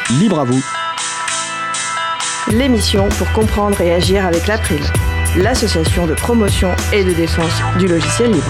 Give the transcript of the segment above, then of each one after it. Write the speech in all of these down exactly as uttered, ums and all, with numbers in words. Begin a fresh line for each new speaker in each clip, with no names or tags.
Libre à vous.
L'émission pour comprendre et agir avec l'April, l'association de promotion et de défense du logiciel libre.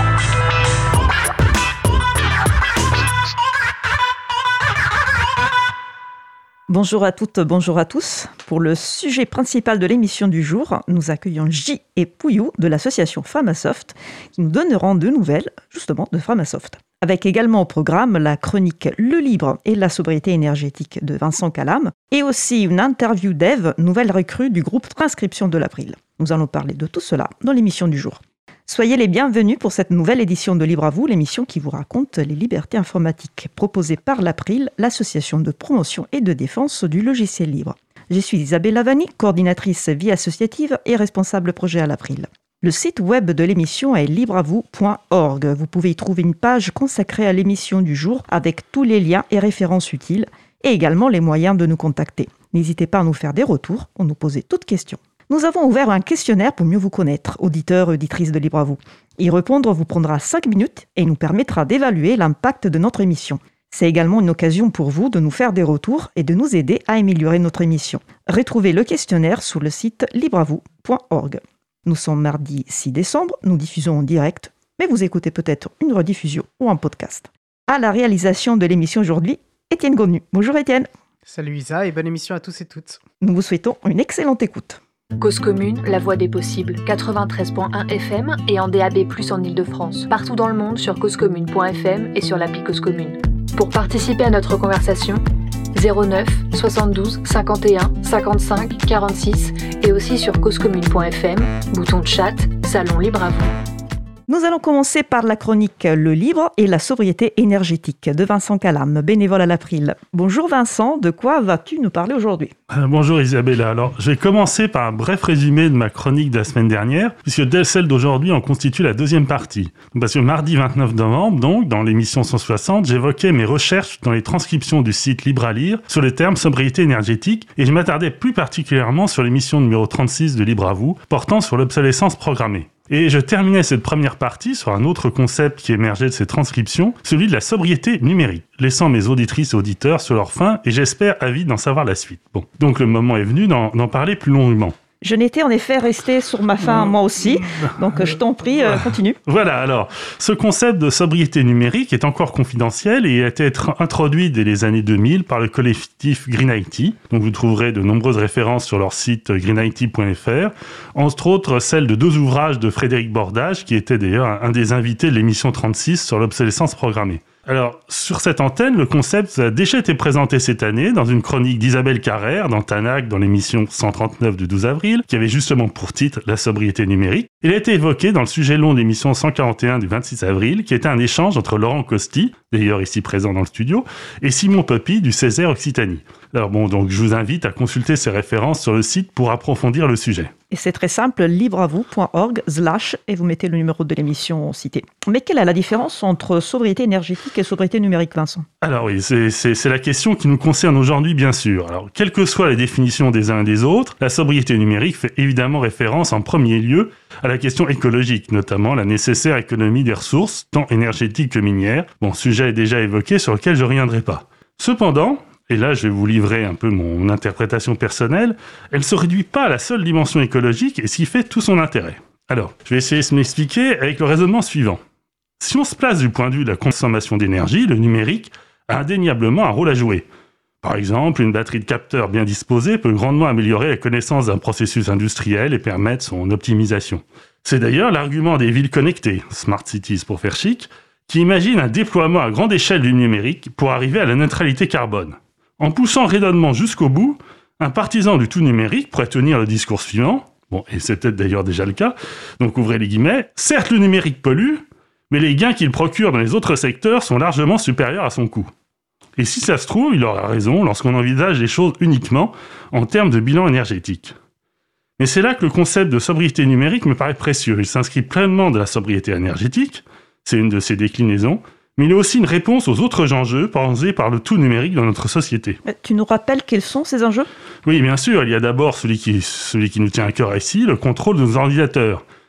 Bonjour à toutes, bonjour à tous. Pour le sujet principal de l'émission du jour, nous accueillons J et Pouillou de l'association Framasoft qui nous donneront de nouvelles, justement, de Framasoft. Avec également au programme la chronique Le Libre et la sobriété énergétique de Vincent Calam et aussi une interview d'Ève, nouvelle recrue du groupe Transcription de l'April. Nous allons parler de tout cela dans l'émission du jour. Soyez les bienvenus pour cette nouvelle édition de Libre à vous, l'émission qui vous raconte les libertés informatiques, proposée par l'April, l'association de promotion et de défense du logiciel libre. Je suis Isabelle Lavani, coordinatrice vie associative et responsable projet à l'April. Le site web de l'émission est libre à vous point org. Vous pouvez y trouver une page consacrée à l'émission du jour avec tous les liens et références utiles et également les moyens de nous contacter. N'hésitez pas à nous faire des retours ou nous poser toutes questions. Nous avons ouvert un questionnaire pour mieux vous connaître, auditeurs et auditrices de Libre à vous. Y répondre vous prendra cinq minutes et nous permettra d'évaluer l'impact de notre émission. C'est également une occasion pour vous de nous faire des retours et de nous aider à améliorer notre émission. Retrouvez le questionnaire sur le site libre à vous point org. Nous sommes mardi six décembre, nous diffusons en direct, mais vous écoutez peut-être une rediffusion ou un podcast. À la réalisation de l'émission aujourd'hui, Étienne Gonu. Bonjour Étienne.
Salut Isa et bonne émission à tous et toutes.
Nous vous souhaitons une excellente écoute.
Cause commune, la voix des possibles, quatre-vingt-treize virgule un F M et en D A B plus, en Ile-de-France. Partout dans le monde sur cause commune point F M et sur l'appli Cause Commune. Pour participer à notre conversation, zéro neuf soixante-douze cinquante et un cinquante-cinq quarante-six et aussi sur cause commune point F M, bouton de chat, salon libre à vous.
Nous allons commencer par la chronique Le Libre et la sobriété énergétique de Vincent Calam, bénévole à l'April. Bonjour Vincent, de quoi vas-tu nous parler aujourd'hui ?
euh, Bonjour Isabella. Alors, je vais commencer par un bref résumé de ma chronique de la semaine dernière, puisque celle d'aujourd'hui en constitue la deuxième partie. Parce que mardi vingt-neuf novembre, donc, dans l'émission cent soixante, j'évoquais mes recherches dans les transcriptions du site Libre à lire sur le terme sobriété énergétique, et je m'attardais plus particulièrement sur l'émission numéro trente-six de Libre à vous, portant sur l'obsolescence programmée. Et je terminais cette première partie sur un autre concept qui émergeait de ces transcriptions, celui de la sobriété numérique, laissant mes auditrices et auditeurs sur leur faim et j'espère avides d'en savoir la suite. Bon, donc le moment est venu d'en, d'en parler plus longuement.
Je n'étais en effet resté sur ma faim moi aussi, donc je t'en prie, euh, continue.
Voilà, alors, ce concept de sobriété numérique est encore confidentiel et a été introduit dès les années deux mille par le collectif Green I T. Donc vous trouverez de nombreuses références sur leur site green I T point F R, entre autres celles de deux ouvrages de Frédéric Bordage, qui était d'ailleurs un des invités de l'émission trente-six sur l'obsolescence programmée. Alors, sur cette antenne, le concept a déjà été présenté cette année dans une chronique d'Isabelle Carrère dans Tanac dans l'émission cent trente-neuf du douze avril, qui avait justement pour titre la sobriété numérique. Il a été évoqué dans le sujet long de l'émission cent quarante et un du vingt-six avril, qui était un échange entre Laurent Costi, d'ailleurs ici présent dans le studio, et Simon Poppy du Césaire Occitanie. Alors bon, donc je vous invite à consulter ces références sur le site pour approfondir le sujet.
Et c'est très simple, libre à vous point org slash et vous mettez le numéro de l'émission cité. Mais quelle est la différence entre sobriété énergétique et sobriété numérique, Vincent ?
Alors oui, c'est, c'est, c'est la question qui nous concerne aujourd'hui, bien sûr. Alors, quelles que soient les définitions des uns et des autres, la sobriété numérique fait évidemment référence en premier lieu à la question écologique, notamment la nécessaire économie des ressources, tant énergétiques que minières. Bon, sujet est déjà évoqué sur lequel je ne reviendrai pas. Cependant, et là je vais vous livrer un peu mon interprétation personnelle, elle ne se réduit pas à la seule dimension écologique et ce qui fait tout son intérêt. Alors, je vais essayer de m'expliquer avec le raisonnement suivant. Si on se place du point de vue de la consommation d'énergie, le numérique a indéniablement un rôle à jouer. Par exemple, une batterie de capteurs bien disposée peut grandement améliorer la connaissance d'un processus industriel et permettre son optimisation. C'est d'ailleurs l'argument des villes connectées, Smart Cities pour faire chic, qui imaginent un déploiement à grande échelle du numérique pour arriver à la neutralité carbone. En poussant le raisonnement jusqu'au bout, un partisan du tout numérique pourrait tenir le discours suivant, bon, et c'est peut-être d'ailleurs déjà le cas, donc ouvrez les guillemets, certes le numérique pollue, mais les gains qu'il procure dans les autres secteurs sont largement supérieurs à son coût. Et si ça se trouve, il aura raison lorsqu'on envisage les choses uniquement en termes de bilan énergétique. Mais c'est là que le concept de sobriété numérique me paraît précieux. Il s'inscrit pleinement de la sobriété énergétique, c'est une de ses déclinaisons, mais il est aussi une réponse aux autres enjeux posés par le tout numérique dans notre société.
Tu nous rappelles quels sont ces enjeux ?
Oui, bien sûr. Il y a d'abord celui qui, celui qui nous tient à cœur ici, le contrôle de nos ordinateurs.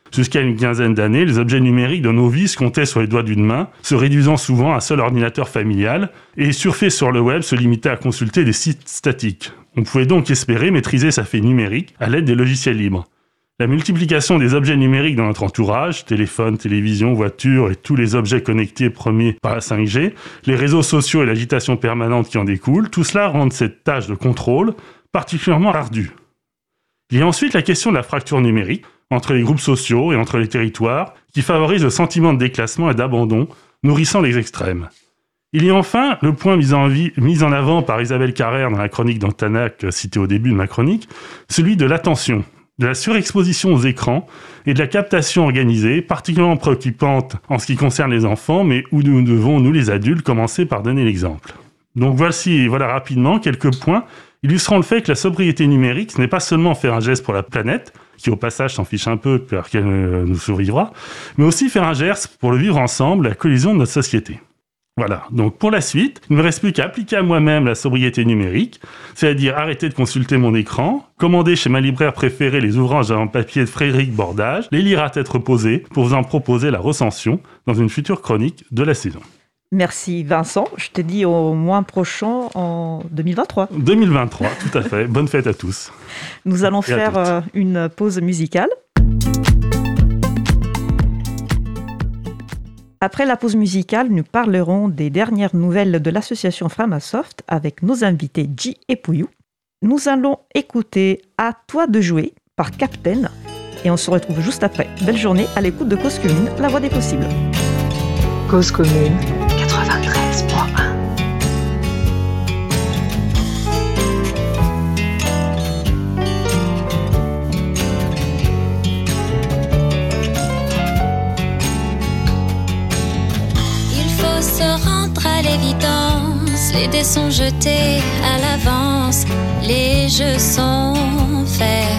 Jusqu'à une quinzaine d'années, les objets numériques de nos vies se comptaient sur les doigts d'une main, se réduisant souvent à un seul ordinateur familial, et surfer sur le web se limitait à consulter des sites statiques. On pouvait donc espérer maîtriser sa fée numérique à l'aide des logiciels libres. La multiplication des objets numériques dans notre entourage, téléphone, télévision, voiture et tous les objets connectés premiers par la cinq G, les réseaux sociaux et l'agitation permanente qui en découle, tout cela rend cette tâche de contrôle particulièrement ardue. Il y a ensuite la question de la fracture numérique entre les groupes sociaux et entre les territoires, qui favorise le sentiment de déclassement et d'abandon, nourrissant les extrêmes. Il y a enfin le point mis en, vie, mis en avant par Isabelle Carrère dans la chronique d'Antanac citée au début de ma chronique, celui de l'attention, de la surexposition aux écrans et de la captation organisée, particulièrement préoccupante en ce qui concerne les enfants, mais où nous devons, nous les adultes, commencer par donner l'exemple. Donc voici, voilà rapidement quelques points illustrant le fait que la sobriété numérique, ce n'est pas seulement faire un geste pour la planète, qui au passage s'en fiche un peu car qu'elle nous survivra, mais aussi faire un geste pour le vivre ensemble, la collision de notre société. Voilà, donc pour la suite, il ne me reste plus qu'à appliquer à moi-même la sobriété numérique, c'est-à-dire arrêter de consulter mon écran, commander chez ma libraire préférée les ouvrages en papier de Frédéric Bordage, les lire à tête reposée pour vous en proposer la recension dans une future chronique de la saison.
Merci Vincent, je te dis au mois prochain en deux mille vingt-trois.
deux mille vingt-trois, tout à fait. Bonne fête à tous.
Nous allons faire euh, une pause musicale. Après la pause musicale, nous parlerons des dernières nouvelles de l'association Framasoft avec nos invités J et Pouillou. Nous allons écouter À toi de jouer par Captain et on se retrouve juste après. Belle journée à l'écoute de Cause Commune, la voix des possibles.
Cause Commune quatre-vingt-treize point un.
Il faut se rendre à l'évidence, les dés sont jetés à l'avance, les jeux sont faits.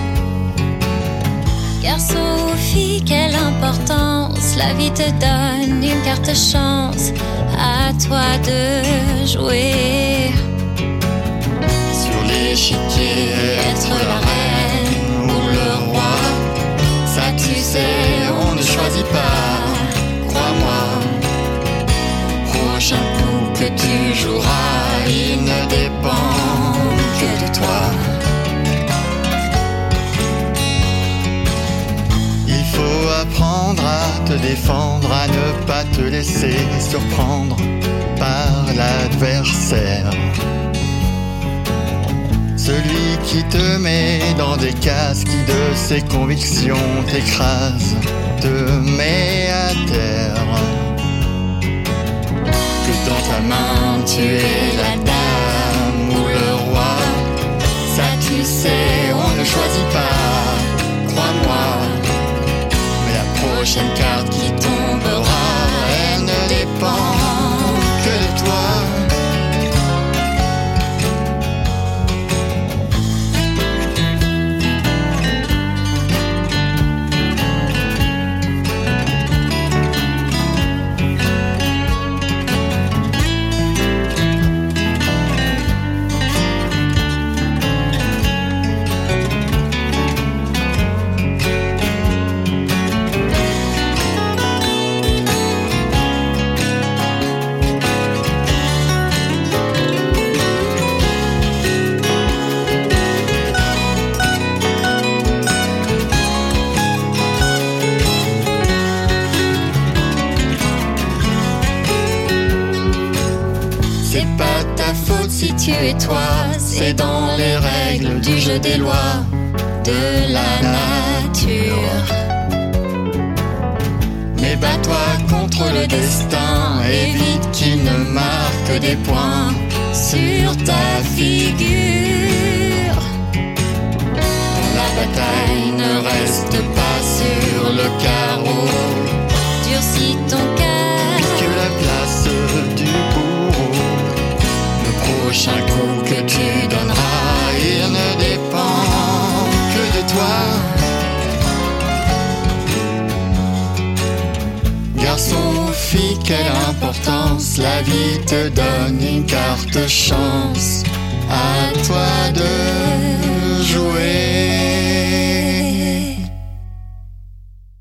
Garçon ou fille, quelle importance, la vie te donne une carte chance, à toi de jouer.
Sur l'échiquier, être la reine ou le roi, ça tu sais, on ne choisit pas, crois-moi. Prochain coup que tu joueras, il ne dépend que de toi. Il faut apprendre à te défendre, à ne pas te laisser surprendre par l'adversaire. Celui qui te met dans des cases, qui de ses convictions t'écrase, te met à terre. Que dans ta main tu es la dame ou le roi, ça tu sais, on ne choisit pas, crois-moi. La prochaine carte qui tombera, elle ne dépend que de toi. Tu es toi, c'est dans les règles du jeu des lois de la nature. Mais bats-toi contre le destin, évite qu'il ne marque des points sur ta figure. La bataille ne reste pas sur le carreau, durcis ton cœur, que la place du bourreau. Prochain coup que tu donneras, il ne dépend que de toi. Garçon ou fille, quelle importance, la vie te donne une carte chance, à toi de jouer.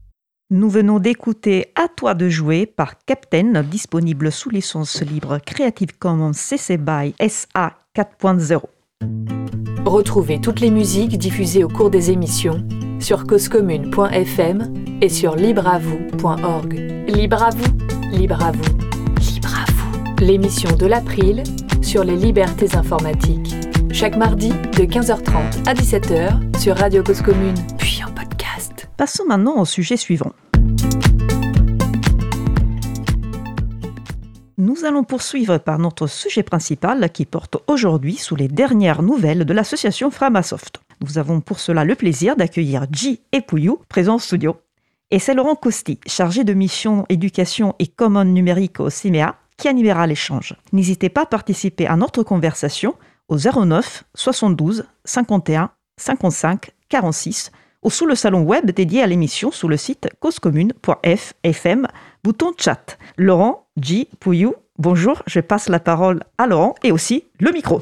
Nous venons d'écouter À toi de jouer par Captain, disponible sous licence libre Creative Commons C C B Y S A quatre point zéro.
Retrouvez toutes les musiques diffusées au cours des émissions sur cause commune point f m et sur libre à vous point org. Libre à vous, libre à vous, libre à vous. L'émission de l'April sur les libertés informatiques. Chaque mardi de quinze heures trente à dix-sept heures sur Radio Cause Commune, puis en podcast.
Passons maintenant au sujet suivant. Nous allons poursuivre par notre sujet principal qui porte aujourd'hui sur les dernières nouvelles de l'association Framasoft. Nous avons pour cela le plaisir d'accueillir J et Pouillou, présents en studio. Et c'est Laurent Costi, chargé de mission éducation et commande numérique au C I M E A, qui animera l'échange. N'hésitez pas à participer à notre conversation au zéro neuf soixante-douze cinquante et un cinquante-cinq quarante-six ou sous le salon web dédié à l'émission sous le site cause commune point f m, bouton chat. Laurent, J, Pouillou, bonjour, je passe la parole à Laurent et aussi le micro.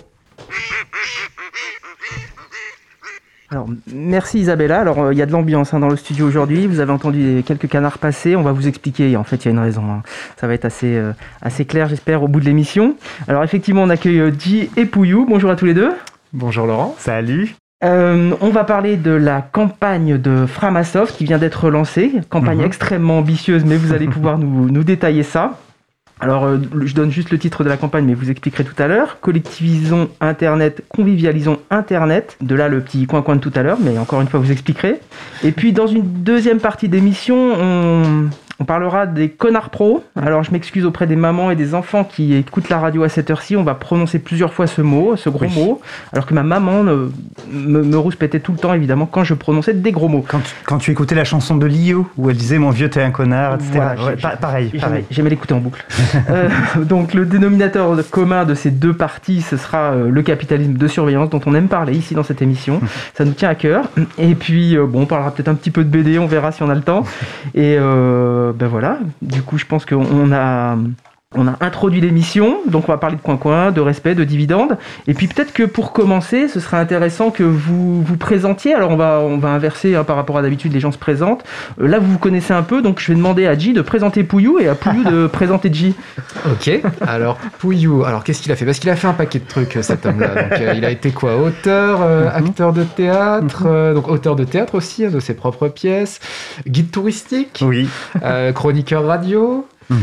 Alors, merci Isabella. Alors, il euh, y a de l'ambiance hein, dans le studio aujourd'hui. Vous avez entendu quelques canards passer. On va vous expliquer. En fait, il y a une raison. Hein. Ça va être assez, euh, assez clair, j'espère, au bout de l'émission. Alors, effectivement, on accueille euh, J et Pouillou. Bonjour à tous les deux.
Bonjour Laurent. Salut.
Euh, on va parler de la campagne de Framasoft qui vient d'être lancée. Campagne mm-hmm. extrêmement ambitieuse, mais vous allez pouvoir nous, nous détailler ça. Alors, euh, je donne juste le titre de la campagne, mais vous expliquerez tout à l'heure. Collectivisons Internet, convivialisons Internet. De là, le petit coin-coin de tout à l'heure, mais encore une fois, vous expliquerez. Et puis, dans une deuxième partie d'émission, on, on parlera des connards pros. Alors, je m'excuse auprès des mamans et des enfants qui écoutent la radio à cette heure-ci. On va prononcer plusieurs fois ce mot, ce gros oui. mot, alors que ma maman ne, me, me rouspétait tout le temps, évidemment, quand je prononçais des gros mots.
Quand tu, quand tu écoutais la chanson de Lio, où elle disait « Mon vieux, t'es un connard », et cetera. Voilà, ouais, pa- pareil, pareil.
J'aimais l'écouter en boucle. euh, donc le dénominateur commun de ces deux parties, ce sera euh, le capitalisme de surveillance dont on aime parler ici dans cette émission. Ça nous tient à cœur. Et puis euh, bon, on parlera peut-être un petit peu de B D, on verra si on a le temps. Et euh, ben voilà. Du coup, je pense qu'on a On a introduit l'émission, donc on va parler de coin-coin, de respect, de dividendes. Et puis peut-être que pour commencer, ce serait intéressant que vous vous présentiez. Alors on va, on va inverser hein, par rapport à d'habitude, les gens se présentent. Euh, là, vous vous connaissez un peu, donc je vais demander à J de présenter Pouillou et à Pouillou de présenter J.
Ok, alors Pouillou, alors qu'est-ce qu'il a fait ? Parce qu'il a fait un paquet de trucs, cet homme-là. Donc euh, il a été quoi ? Auteur, euh, mm-hmm. acteur de théâtre, euh, donc auteur de théâtre aussi, hein, de ses propres pièces, guide touristique,
oui.
euh, chroniqueur radio.
Mmh.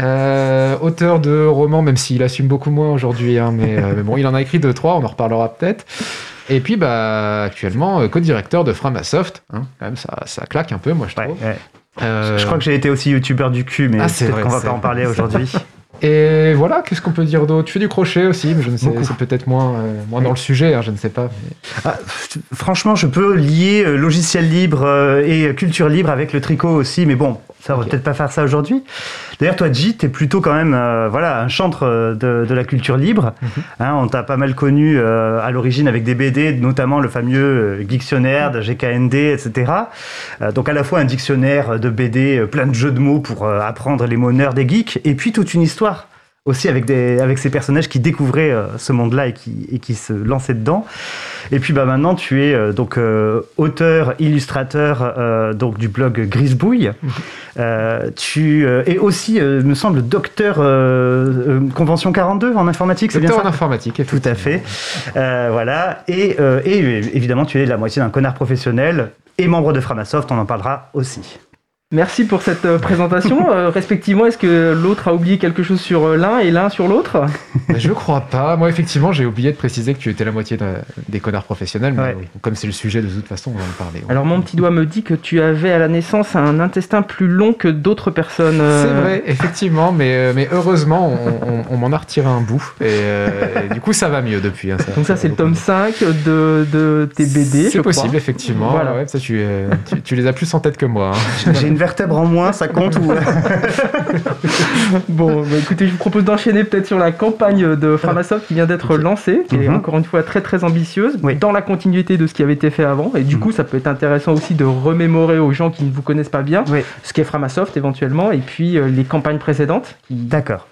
Euh, auteur de romans, même s'il assume beaucoup moins aujourd'hui, hein, mais, euh, mais bon, il en a écrit deux, trois, on en reparlera peut-être. Et puis, bah, actuellement, euh, co-directeur de Framasoft, hein, quand même, ça, ça claque un peu, moi, je trouve.
Ouais, ouais. Euh... Je crois que j'ai été aussi youtubeur du cul, mais
ah,
peut-être
vrai,
qu'on va pas en parler aujourd'hui.
Et voilà, qu'est-ce qu'on peut dire d'autre ? Tu fais du crochet aussi, mais je ne sais, c'est peut-être moins, euh, moins dans le sujet, hein, je ne sais pas. Mais...
Ah, franchement, je peux lier euh, logiciel libre euh, et culture libre avec le tricot aussi, mais bon, ça, on va okay. peut-être pas faire ça aujourd'hui. D'ailleurs, toi, J, t'es plutôt quand même euh, voilà, un chantre de, de la culture libre. Mm-hmm. Hein, on t'a pas mal connu euh, à l'origine avec des B D, notamment le fameux euh, dictionnaire de G K N D, et cetera. Euh, donc à la fois un dictionnaire de B D, euh, plein de jeux de mots pour euh, apprendre les mots nerds des geeks, et puis toute une histoire aussi avec, des, avec ces personnages qui découvraient euh, ce monde-là et qui, et qui se lançaient dedans. Et puis bah, maintenant, tu es euh, donc, euh, auteur, illustrateur euh, donc, du blog Grisbouille. Mmh. Euh, tu euh, es aussi, euh, me semble, docteur euh, euh, Convention quarante-deux en informatique, c'est bien ça ?
Docteur en informatique,
tout à fait. Euh, voilà. Et, euh, et évidemment, tu es la moitié d'un connard professionnel et membre de Framasoft, on en parlera aussi.
Merci pour cette euh, présentation. Euh, respectivement, est-ce que l'autre a oublié quelque chose sur euh, l'un et l'un sur l'autre ?
Je crois pas. Moi, effectivement, j'ai oublié de préciser que tu étais la moitié de, des connards professionnels. Mais ouais. oui, comme c'est le sujet, de toute façon, on va en parler.
Alors, mon petit doigt me dit que tu avais à la naissance un intestin plus long que d'autres personnes. Euh...
C'est vrai, effectivement. Mais, mais heureusement, on, on, on m'en a retiré un bout. Et, euh, et du coup, ça va mieux depuis. Hein, ça,
Donc ça,
ça
c'est le tome cinq de, de tes B D,
C'est possible, crois. Effectivement. Voilà. Ouais, ça, tu, tu, tu les as plus en tête que moi. Hein.
J'ai une vertèbre en moins, ça compte ou...
Bon, bah, écoutez, je vous propose d'enchaîner peut-être sur la campagne de Framasoft qui vient d'être lancée, qui mm-hmm. est encore une fois très très ambitieuse, oui. dans la continuité de ce qui avait été fait avant. Et du mm. coup, ça peut être intéressant aussi de remémorer aux gens qui ne vous connaissent pas bien oui. ce qu'est Framasoft éventuellement, et puis euh, les campagnes précédentes. Qui...
D'accord.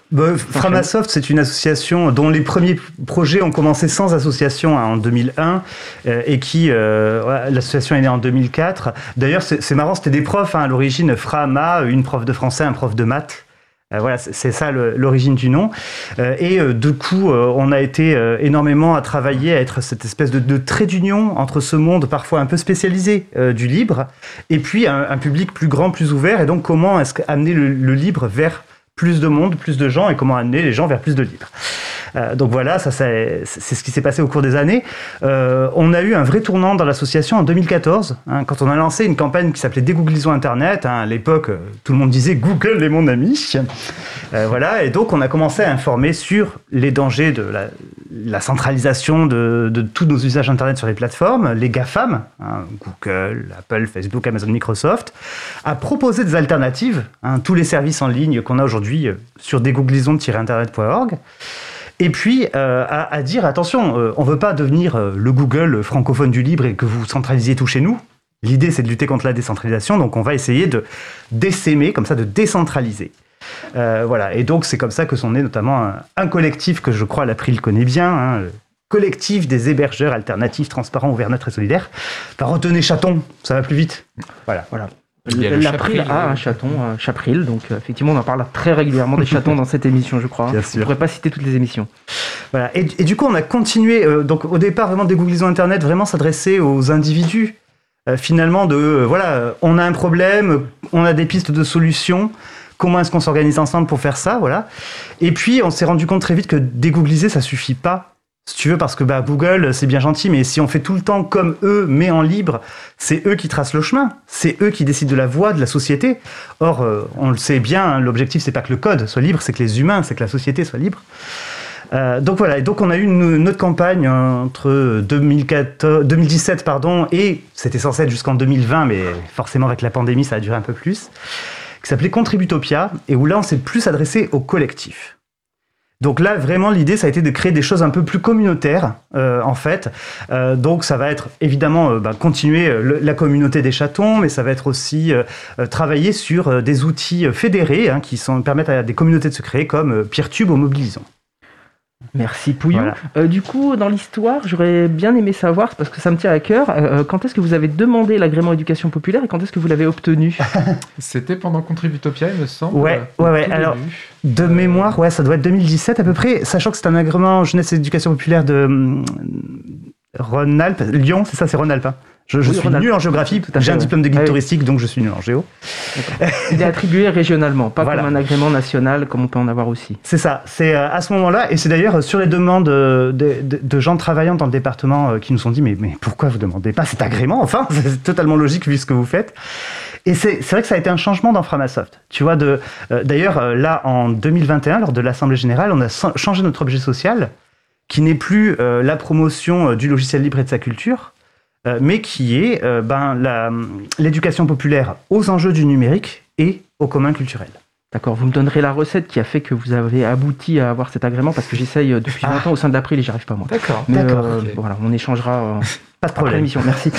Bah, Framasoft, c'est une association dont les premiers projets ont commencé sans association hein, en deux mille un euh, et qui, euh, ouais, l'association est née en deux mille quatre. D'ailleurs, c'est, c'est marrant, c'était des profs hein, à l'origine, Frama, une prof de français, un prof de maths. Euh, voilà, c'est, c'est ça le, l'origine du nom. Euh, et euh, du coup, euh, on a été euh, énormément à travailler, à être cette espèce de, de trait d'union entre ce monde parfois un peu spécialisé euh, du libre et puis un, un public plus grand, plus ouvert. Et donc, comment est-ce qu'amener le, le libre vers plus de monde, plus de gens et comment amener les gens vers plus de libre. Euh, donc voilà, ça, c'est, c'est ce qui s'est passé au cours des années. Euh, on a eu un vrai tournant dans l'association en deux mille quatorze, hein, quand on a lancé une campagne qui s'appelait Dégooglisons Internet. Hein, à l'époque, tout le monde disait « Google est mon ami euh, ». Voilà, et donc on a commencé à informer sur les dangers de la, la centralisation de, de tous nos usages Internet sur les plateformes, les GAFAM, hein, Google, Apple, Facebook, Amazon, Microsoft, à proposer des alternatives, hein, tous les services en ligne qu'on a aujourd'hui sur dégooglisons tiret internet point org. Et puis, euh, à, à dire, attention, euh, on ne veut pas devenir euh, le Google francophone du libre et que vous centralisiez tout chez nous. L'idée, c'est de lutter contre la décentralisation, donc on va essayer de décémer, comme ça, de décentraliser. Euh, voilà, et donc c'est comme ça que sont nés notamment un, un collectif que je crois l'April connaît bien, hein, le collectif des hébergeurs alternatifs, transparents, ouverts, neutres et solidaires. Enfin, retenez chaton, ça va plus vite. Voilà, voilà.
L'April a un chaton, un chapril, donc euh, effectivement on en parle très régulièrement des chatons dans cette émission, je crois.
Bien
sûr. On ne pourrait pas citer toutes les émissions.
Voilà. Et, et du coup on a continué, euh, donc au départ vraiment Dégooglisons Internet, vraiment s'adresser aux individus, euh, finalement de, euh, voilà, on a un problème, on a des pistes de solutions, comment est-ce qu'on s'organise ensemble pour faire ça, voilà. Et puis on s'est rendu compte très vite que dégoogliser ça suffit pas. Si tu veux, parce que bah, Google, c'est bien gentil, mais si on fait tout le temps comme eux, mais en libre, c'est eux qui tracent le chemin. C'est eux qui décident de la voie de la société. Or, euh, on le sait bien, hein, l'objectif, c'est pas que le code soit libre, c'est que les humains, c'est que la société soit libre. Euh, donc voilà, et donc on a eu une, une autre campagne entre deux mille quatorze, deux mille dix-sept pardon, et c'était censé être jusqu'en deux mille vingt, mais forcément avec la pandémie, ça a duré un peu plus, qui s'appelait Contributopia, et où là, on s'est plus adressé au collectif. Donc là, vraiment, l'idée, ça a été de créer des choses un peu plus communautaires, euh, en fait. Euh, donc ça va être, évidemment, euh, bah, continuer euh, le, la communauté des chatons, mais ça va être aussi euh, euh, travailler sur euh, des outils fédérés hein, qui sont, permettent à des communautés de se créer, comme euh, Peertube ou Mobilisons.
Merci Pouillou.
Voilà.
Euh, du coup, dans l'histoire, j'aurais bien aimé savoir, parce que ça me tient à cœur, euh, quand est-ce que vous avez demandé l'agrément éducation populaire et quand est-ce que vous l'avez obtenu?
C'était pendant Contributopia, il me semble.
Ouais, ouais, ouais. Alors, de mémoire, ouais, ça doit être deux mille dix-sept à peu près, sachant que c'est un agrément jeunesse et éducation populaire de hum, Rhône-Alpes, Lyon, c'est ça, c'est Rhône-Alpes. Hein. Je, je
oui,
suis nul en géographie, j'ai un
ouais.
diplôme de guide
ah,
touristique, donc je suis nul en géo.
Il est attribué régionalement, pas
voilà.
comme un agrément national, comme on peut en avoir aussi.
C'est ça, c'est à ce moment-là, et c'est d'ailleurs sur les demandes de, de, de gens travaillant dans le département qui nous ont dit « mais, mais pourquoi vous ne demandez pas cet agrément ?» Enfin, c'est totalement logique vu ce que vous faites. Et c'est, c'est vrai que ça a été un changement dans Framasoft. Tu vois, de, euh, d'ailleurs, euh, là, en deux mille vingt et un, lors de l'Assemblée Générale, on a changé notre objet social, qui n'est plus euh, la promotion du logiciel libre et de sa culture, Euh, mais qui est euh, ben, la, l'éducation populaire aux enjeux du numérique et au commun culturel.
D'accord, vous me donnerez la recette qui a fait que vous avez abouti à avoir cet agrément, parce que j'essaye depuis ah. longtemps au sein de l'April et j'y arrive pas moi.
D'accord,
mais
d'accord.
Euh,
Okay.
Bon, voilà, on échangera euh,
pas de problème.
après l'émission, merci.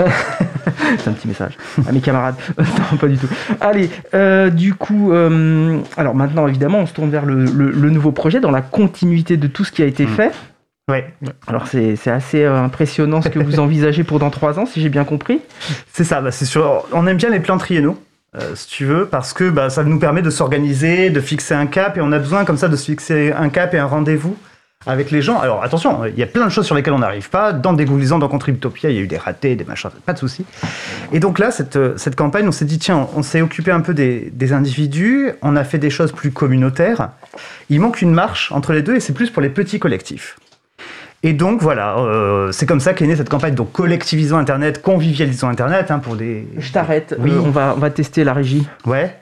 C'est un petit message à mes camarades. Non, pas du tout. Allez, euh, du coup, euh, alors maintenant évidemment on se tourne vers le, le, le nouveau projet dans la continuité de tout ce qui a été mmh. fait.
Ouais.
Alors c'est, c'est assez euh, impressionnant ce que vous envisagez pour dans trois ans, si j'ai bien compris.
C'est ça, bah c'est sûr. On aime bien les plans triennaux, euh, si tu veux, parce que bah, ça nous permet de s'organiser, de fixer un cap, et on a besoin comme ça de se fixer un cap et un rendez-vous avec les gens. Alors attention, il y a plein de choses sur lesquelles on n'arrive pas. Dans Dégooglisons, dans Contributopia, il y a eu des ratés, des machins, pas de souci. Et donc là, cette, cette campagne, on s'est dit, tiens, on s'est occupé un peu des, des individus, on a fait des choses plus communautaires. Il manque une marche entre les deux, et c'est plus pour les petits collectifs. Et donc voilà, euh, c'est comme ça qu'est née cette campagne. Donc collectivisons Internet, convivialisons Internet, hein, pour des.
Je t'arrête.
Oui.
Euh, on va on va tester la régie.
Ouais.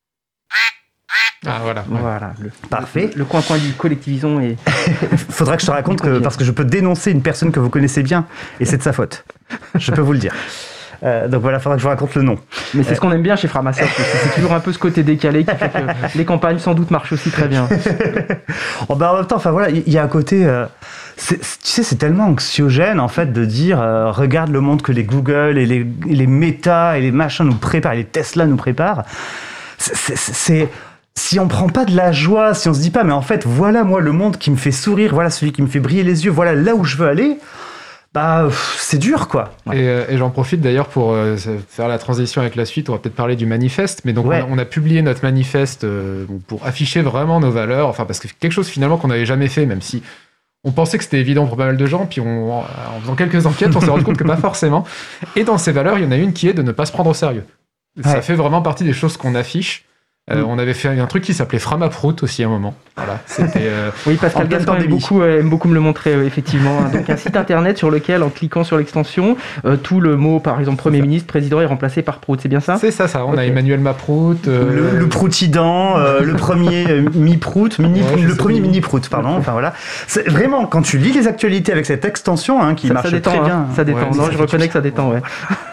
Ah voilà.
Ouais. Voilà. Le,
Parfait.
Le, le coin coin du collectivisons et.
Faudra que je te raconte que parce que je peux dénoncer une personne que vous connaissez bien et c'est de sa faute. Je peux vous le dire. Euh, donc voilà, il faudra que je vous raconte le nom.
Mais c'est
euh...
ce qu'on aime bien chez Framasoft. C'est toujours un peu ce côté décalé qui fait que les campagnes sans doute marchent aussi très bien.
Oh, bah, en même temps, enfin voilà, il y, y a un côté. Euh, c'est, tu sais, c'est tellement anxiogène en fait de dire euh, regarde le monde que les Google et les, et les Meta et les machins nous préparent, et les Tesla nous préparent. C'est, c'est, c'est, si on prend pas de la joie, si on se dit pas, mais en fait, voilà moi le monde qui me fait sourire, voilà celui qui me fait briller les yeux, voilà là où je veux aller, bah pff, c'est dur quoi.
Ouais. Et, euh, et j'en profite d'ailleurs pour euh, faire la transition avec la suite. On va peut-être parler du manifeste, mais donc ouais. on, a, on a publié notre manifeste euh, pour afficher vraiment nos valeurs, enfin parce que c'est quelque chose finalement qu'on n'avait jamais fait, même si on pensait que c'était évident pour pas mal de gens, puis on, en faisant quelques enquêtes, on s'est rendu compte que pas forcément. Et dans ces valeurs, il y en a une qui est de ne pas se prendre au sérieux. Ouais. Ça fait vraiment partie des choses qu'on affiche. Euh, mm. On avait fait un truc qui s'appelait Framaprout aussi à un moment. Voilà, c'était, euh,
oui, Pascal Gaston aime beaucoup, euh, aime beaucoup me le montrer, euh, effectivement. Donc un site internet sur lequel, en cliquant sur l'extension, euh, tout le mot, par exemple, Premier ministre, président, est remplacé par Prout. C'est bien ça ?
C'est ça, ça. On okay. a Emmanuel Maprout.
Euh... Le, le Proutidant, euh, le premier euh, mi-Prout, mini, ouais, le premier mini-Prout, pardon. Enfin voilà. C'est vraiment, quand tu lis les actualités avec cette extension hein, qui
ça,
marche
ça détend,
très
hein,
bien.
Ça détend. Ouais, non, ça je reconnais que ça détend, ouais.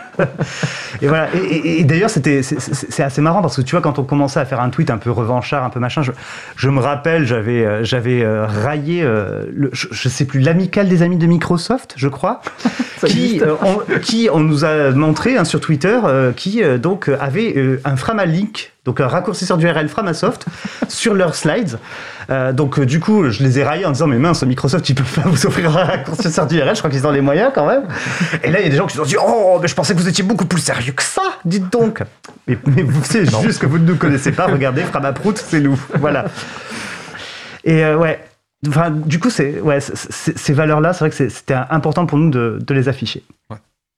et voilà et, et, et d'ailleurs c'était c'est, c'est assez marrant parce que tu vois quand on commençait à faire un tweet un peu revanchard un peu machin je, je me rappelle j'avais euh, j'avais euh, raillé euh, le, je, je sais plus l'amicale des amis de Microsoft je crois qui euh, on, qui on nous a montré hein, sur Twitter euh, qui euh, donc avait euh, un Framalink donc un raccourcisseur d'U R L Framasoft sur leurs slides. Euh, donc euh, du coup, je les ai raillés en disant mais mince, Microsoft, ils peuvent pas vous offrir un raccourcisseur d'U R L. Je crois qu'ils ont les moyens quand même. Et là, il y a des gens qui se sont dit oh, mais je pensais que vous étiez beaucoup plus sérieux que ça. Dites donc. Mais, mais vous c'est non. juste que vous ne nous connaissez pas. Regardez, Framaprout, c'est nous. Voilà. Et euh, ouais. Enfin, du coup, c'est ouais, c'est, c'est, ces valeurs-là, c'est vrai que c'est, c'était important pour nous de, de les afficher. Ouais.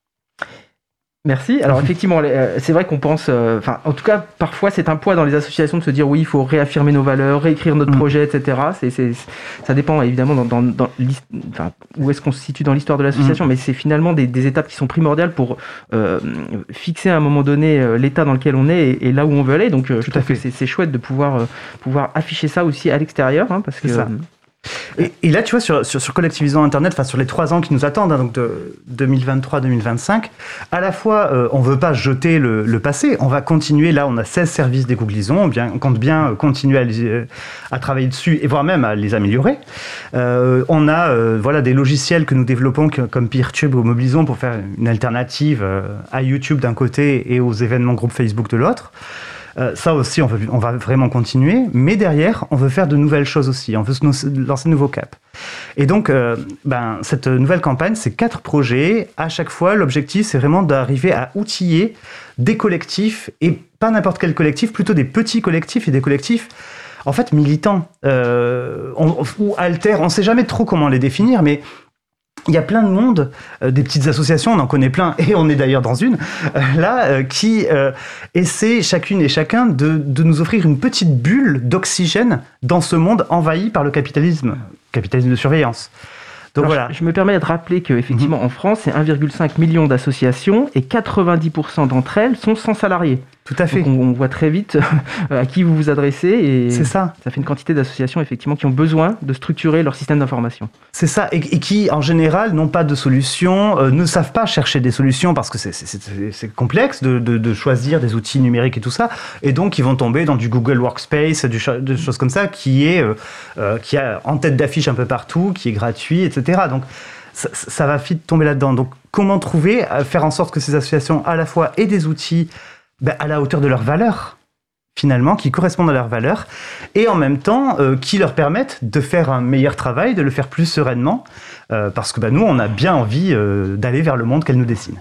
Merci. Alors effectivement, c'est vrai qu'on pense, enfin, euh, en tout cas, parfois c'est un poids dans les associations de se dire oui, il faut réaffirmer nos valeurs, réécrire notre mmh. projet, et cetera. C'est, c'est, ça dépend évidemment dans, dans, dans enfin, où est-ce qu'on se situe dans l'histoire de l'association, mmh. mais c'est finalement des, des étapes qui sont primordiales pour euh, fixer à un moment donné euh, l'état dans lequel on est et, et là où on veut aller. Donc, euh, je trouve que c'est, c'est chouette de pouvoir euh, pouvoir afficher ça aussi à l'extérieur, hein, parce que.
C'est ça. Euh, Et, et là, tu vois, sur, sur, sur Collectivisons Internet, enfin sur les trois ans qui nous attendent, hein, donc de deux mille vingt-trois à deux mille vingt-cinq, à la fois, euh, on ne veut pas jeter le, le passé, on va continuer, là, on a seize services des Googlisons, on, bien, on compte bien continuer à, les, à travailler dessus, et voire même à les améliorer. Euh, on a euh, voilà, des logiciels que nous développons, que, comme Peertube ou Mobilisons, pour faire une alternative euh, à YouTube d'un côté et aux événements groupes Facebook de l'autre. Euh, ça aussi, on, veut, on va vraiment continuer, mais derrière, on veut faire de nouvelles choses aussi, on veut se lancer de nouveaux caps. Et donc, euh, ben, cette nouvelle campagne, c'est quatre projets. À chaque fois, l'objectif, c'est vraiment d'arriver à outiller des collectifs, et pas n'importe quel collectif, plutôt des petits collectifs et des collectifs, en fait, militants, euh, on, ou alters, on ne sait jamais trop comment les définir, mais il y a plein de monde, euh, des petites associations, on en connaît plein, et on est d'ailleurs dans une, euh, là, euh, qui euh, essaient chacune et chacun de, de nous offrir une petite bulle d'oxygène dans ce monde envahi par le capitalisme, capitalisme de surveillance. Donc
Alors,
voilà.
Je, je me permets de rappeler qu'effectivement, mmh. en France, c'est un virgule cinq million d'associations, et quatre-vingt-dix pour cent d'entre elles sont sans salariés.
Tout à fait.
Donc on, on voit très vite à qui vous vous adressez et
c'est ça.
Ça fait une quantité d'associations effectivement qui ont besoin de structurer leur système d'information.
C'est ça, et, et qui en général n'ont pas de solution, euh, ne savent pas chercher des solutions parce que c'est, c'est, c'est, c'est complexe de, de, de choisir des outils numériques et tout ça, et donc ils vont tomber dans du Google Workspace, du, des choses comme ça, qui est euh, euh, qui a en tête d'affiche un peu partout, qui est gratuit, et cetera. Donc ça, ça va vite tomber là-dedans. Donc comment trouver, faire en sorte que ces associations à la fois aient des outils ben, à la hauteur de leurs valeurs, finalement, qui correspondent à leurs valeurs, et en même temps, euh, qui leur permettent de faire un meilleur travail, de le faire plus sereinement, euh, parce que ben, nous, on a bien envie euh, d'aller vers le monde qu'elle nous dessine.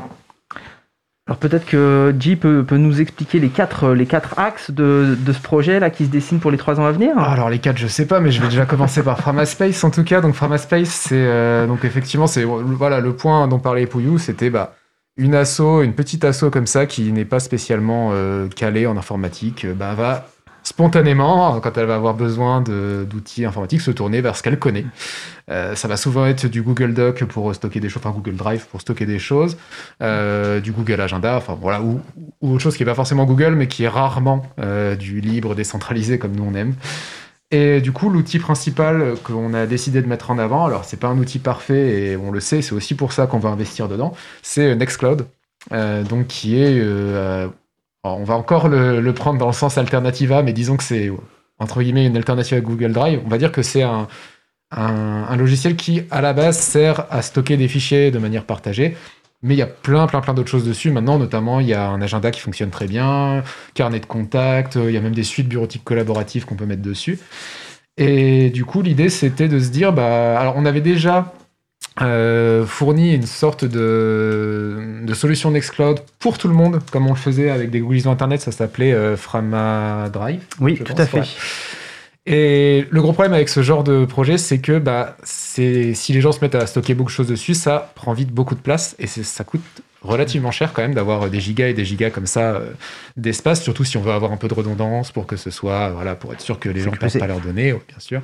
Alors peut-être que J peut, peut nous expliquer les quatre, les quatre axes de, de ce projet là qui se dessine pour les trois ans à venir.
Alors les quatre, je sais pas, mais je vais déjà commencer par Framaspace en tout cas. Donc Framaspace, c'est euh, donc effectivement, c'est voilà le point dont parlait Pouillou, c'était bah une asso, une petite asso comme ça qui n'est pas spécialement euh, calée en informatique, bah, va spontanément, quand elle va avoir besoin de, d'outils informatiques, se tourner vers ce qu'elle connaît. Euh, ça va souvent être du Google Doc pour stocker des choses, enfin Google Drive pour stocker des choses, euh, du Google Agenda, enfin voilà, ou, ou autre chose qui n'est pas forcément Google, mais qui est rarement euh, du libre décentralisé comme nous on aime. Et du coup, l'outil principal qu'on a décidé de mettre en avant, alors c'est pas un outil parfait et on le sait, c'est aussi pour ça qu'on va investir dedans, c'est Nextcloud, euh, donc qui est, euh, alors on va encore le, le prendre dans le sens alternativa, mais disons que c'est entre guillemets une alternative à Google Drive. On va dire que c'est un, un, un logiciel qui à la base sert à stocker des fichiers de manière partagée, Mais il y a plein, plein, plein d'autres choses dessus. Maintenant, notamment, il y a un agenda qui fonctionne très bien, carnet de contact, il y a même des suites bureautiques collaboratives qu'on peut mettre dessus. Et du coup, l'idée, c'était de se dire, bah, alors on avait déjà euh, fourni une sorte de, de solution Nextcloud pour tout le monde, comme on le faisait avec des Google Internet, ça s'appelait euh, Frama Drive.
Oui, tout
pense,
à fait.
Ouais. Et le gros problème avec ce genre de projet, c'est que bah, c'est, si les gens se mettent à stocker beaucoup de choses dessus, ça prend vite beaucoup de place et c'est, ça coûte relativement cher quand même d'avoir des gigas et des gigas comme ça euh, d'espace, surtout si on veut avoir un peu de redondance pour que ce soit, voilà, pour être sûr que les gens ne perdent pas leurs données, bien sûr.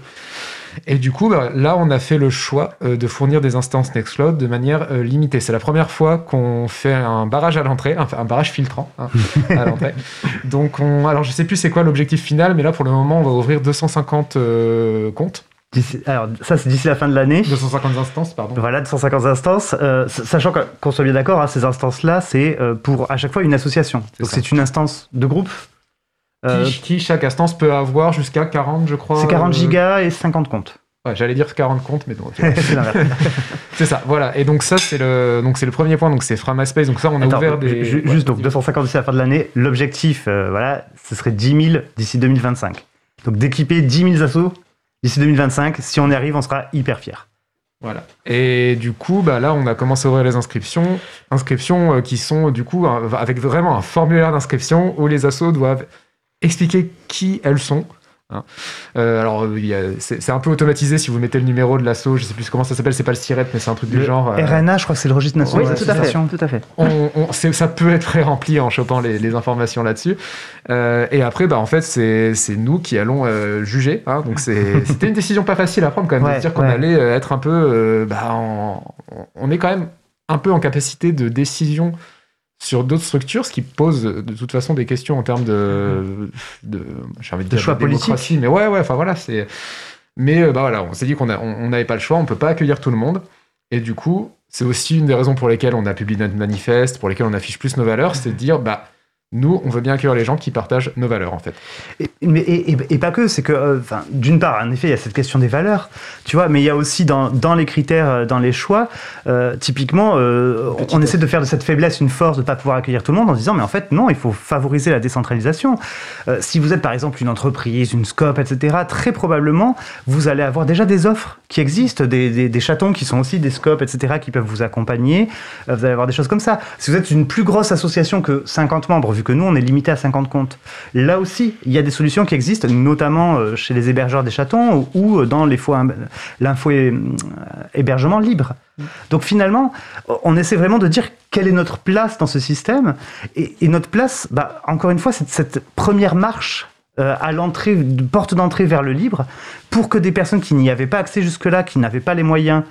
Et du coup, bah, là, on a fait le choix euh, de fournir des instances Nextcloud de manière euh, limitée. C'est la première fois qu'on fait un barrage à l'entrée, un, un barrage filtrant hein, à l'entrée. Donc, on, alors je sais plus c'est quoi l'objectif final, mais là, pour le moment, on va ouvrir deux cent cinquante euh, comptes.
D'ici, alors ça c'est d'ici la fin de l'année.
deux cent cinquante instances, pardon.
Voilà, deux cent cinquante instances. Euh, sachant que, qu'on soit bien d'accord, hein, ces instances-là, c'est euh, pour à chaque fois une association. C'est Donc ça. C'est une instance de groupe.
Euh, qui, qui, chaque instance peut avoir jusqu'à quarante, je crois.
C'est quarante gigas et cinquante comptes.
Ouais, j'allais dire quarante comptes, mais non. Okay. c'est c'est ça, voilà. Et donc ça, c'est le, donc c'est le premier point. Donc c'est Framaspace. Donc ça, on a Attends, ouvert des.
Ju- juste ouais, donc deux cent cinquante d'ici la fin de l'année. L'objectif, euh, voilà, ce serait dix mille d'ici deux mille vingt-cinq. Donc d'équiper dix mille assos d'ici deux mille vingt-cinq. Si on y arrive, on sera hyper fiers.
Voilà. Et du coup, bah là, on a commencé à ouvrir les inscriptions. Inscriptions euh, qui sont, du coup, un, avec vraiment un formulaire d'inscription où les assos doivent expliquer qui elles sont. Hein. Euh, alors, y a, c'est, c'est un peu automatisé si vous mettez le numéro de l'asso, je sais plus comment ça s'appelle, c'est pas le SIRET, mais c'est un truc
le
du genre.
R N A, euh... je crois que c'est le registre national
oui,
de l'association.
Tout à fait.
On, on, c'est, ça peut être pré-rempli en chopant les, les informations là-dessus. Euh, et après, bah, en fait, c'est, c'est nous qui allons euh, juger. Hein. Donc, c'est, c'était une décision pas facile à prendre quand même, ouais, de dire qu'on ouais. allait être un peu. Euh, bah, en, on est quand même un peu en capacité de décision sur d'autres structures, ce qui pose de toute façon des questions en termes de, de, j'ai envie de, de dire, choix politique. Mais ouais, ouais, enfin voilà, c'est. Mais bah voilà, on s'est dit qu'on n'avait on, on pas le choix, on peut pas accueillir tout le monde, et du coup, c'est aussi une des raisons pour lesquelles on a publié notre manifeste, pour lesquelles on affiche plus nos valeurs, c'est de dire bah. Nous, on veut bien accueillir les gens qui partagent nos valeurs, en fait.
Et, mais, et, et, et pas que, c'est que, euh, d'une part, en effet, il y a cette question des valeurs, tu vois, mais il y a aussi dans, dans les critères, dans les choix, euh, typiquement, euh, on, on essaie de faire de cette faiblesse une force de ne pas pouvoir accueillir tout le monde en disant, mais en fait, non, il faut favoriser la décentralisation. Euh, si vous êtes, par exemple, une entreprise, une scope, et cetera, très probablement, vous allez avoir déjà des offres qui existent, des, des, des chatons qui sont aussi des scopes, et cetera, qui peuvent vous accompagner. Euh, vous allez avoir des choses comme ça. Si vous êtes une plus grosse association que cinquante membres, vu que nous, on est limité à cinquante comptes. Là aussi, il y a des solutions qui existent, notamment chez les hébergeurs des chatons ou dans les fois, l'info hébergement libre. Donc finalement, on essaie vraiment de dire quelle est notre place dans ce système. Et, et notre place, bah, encore une fois, c'est cette première marche euh, à l'entrée, porte d'entrée vers le libre, pour que des personnes qui n'y avaient pas accès jusque-là, qui n'avaient pas les moyens,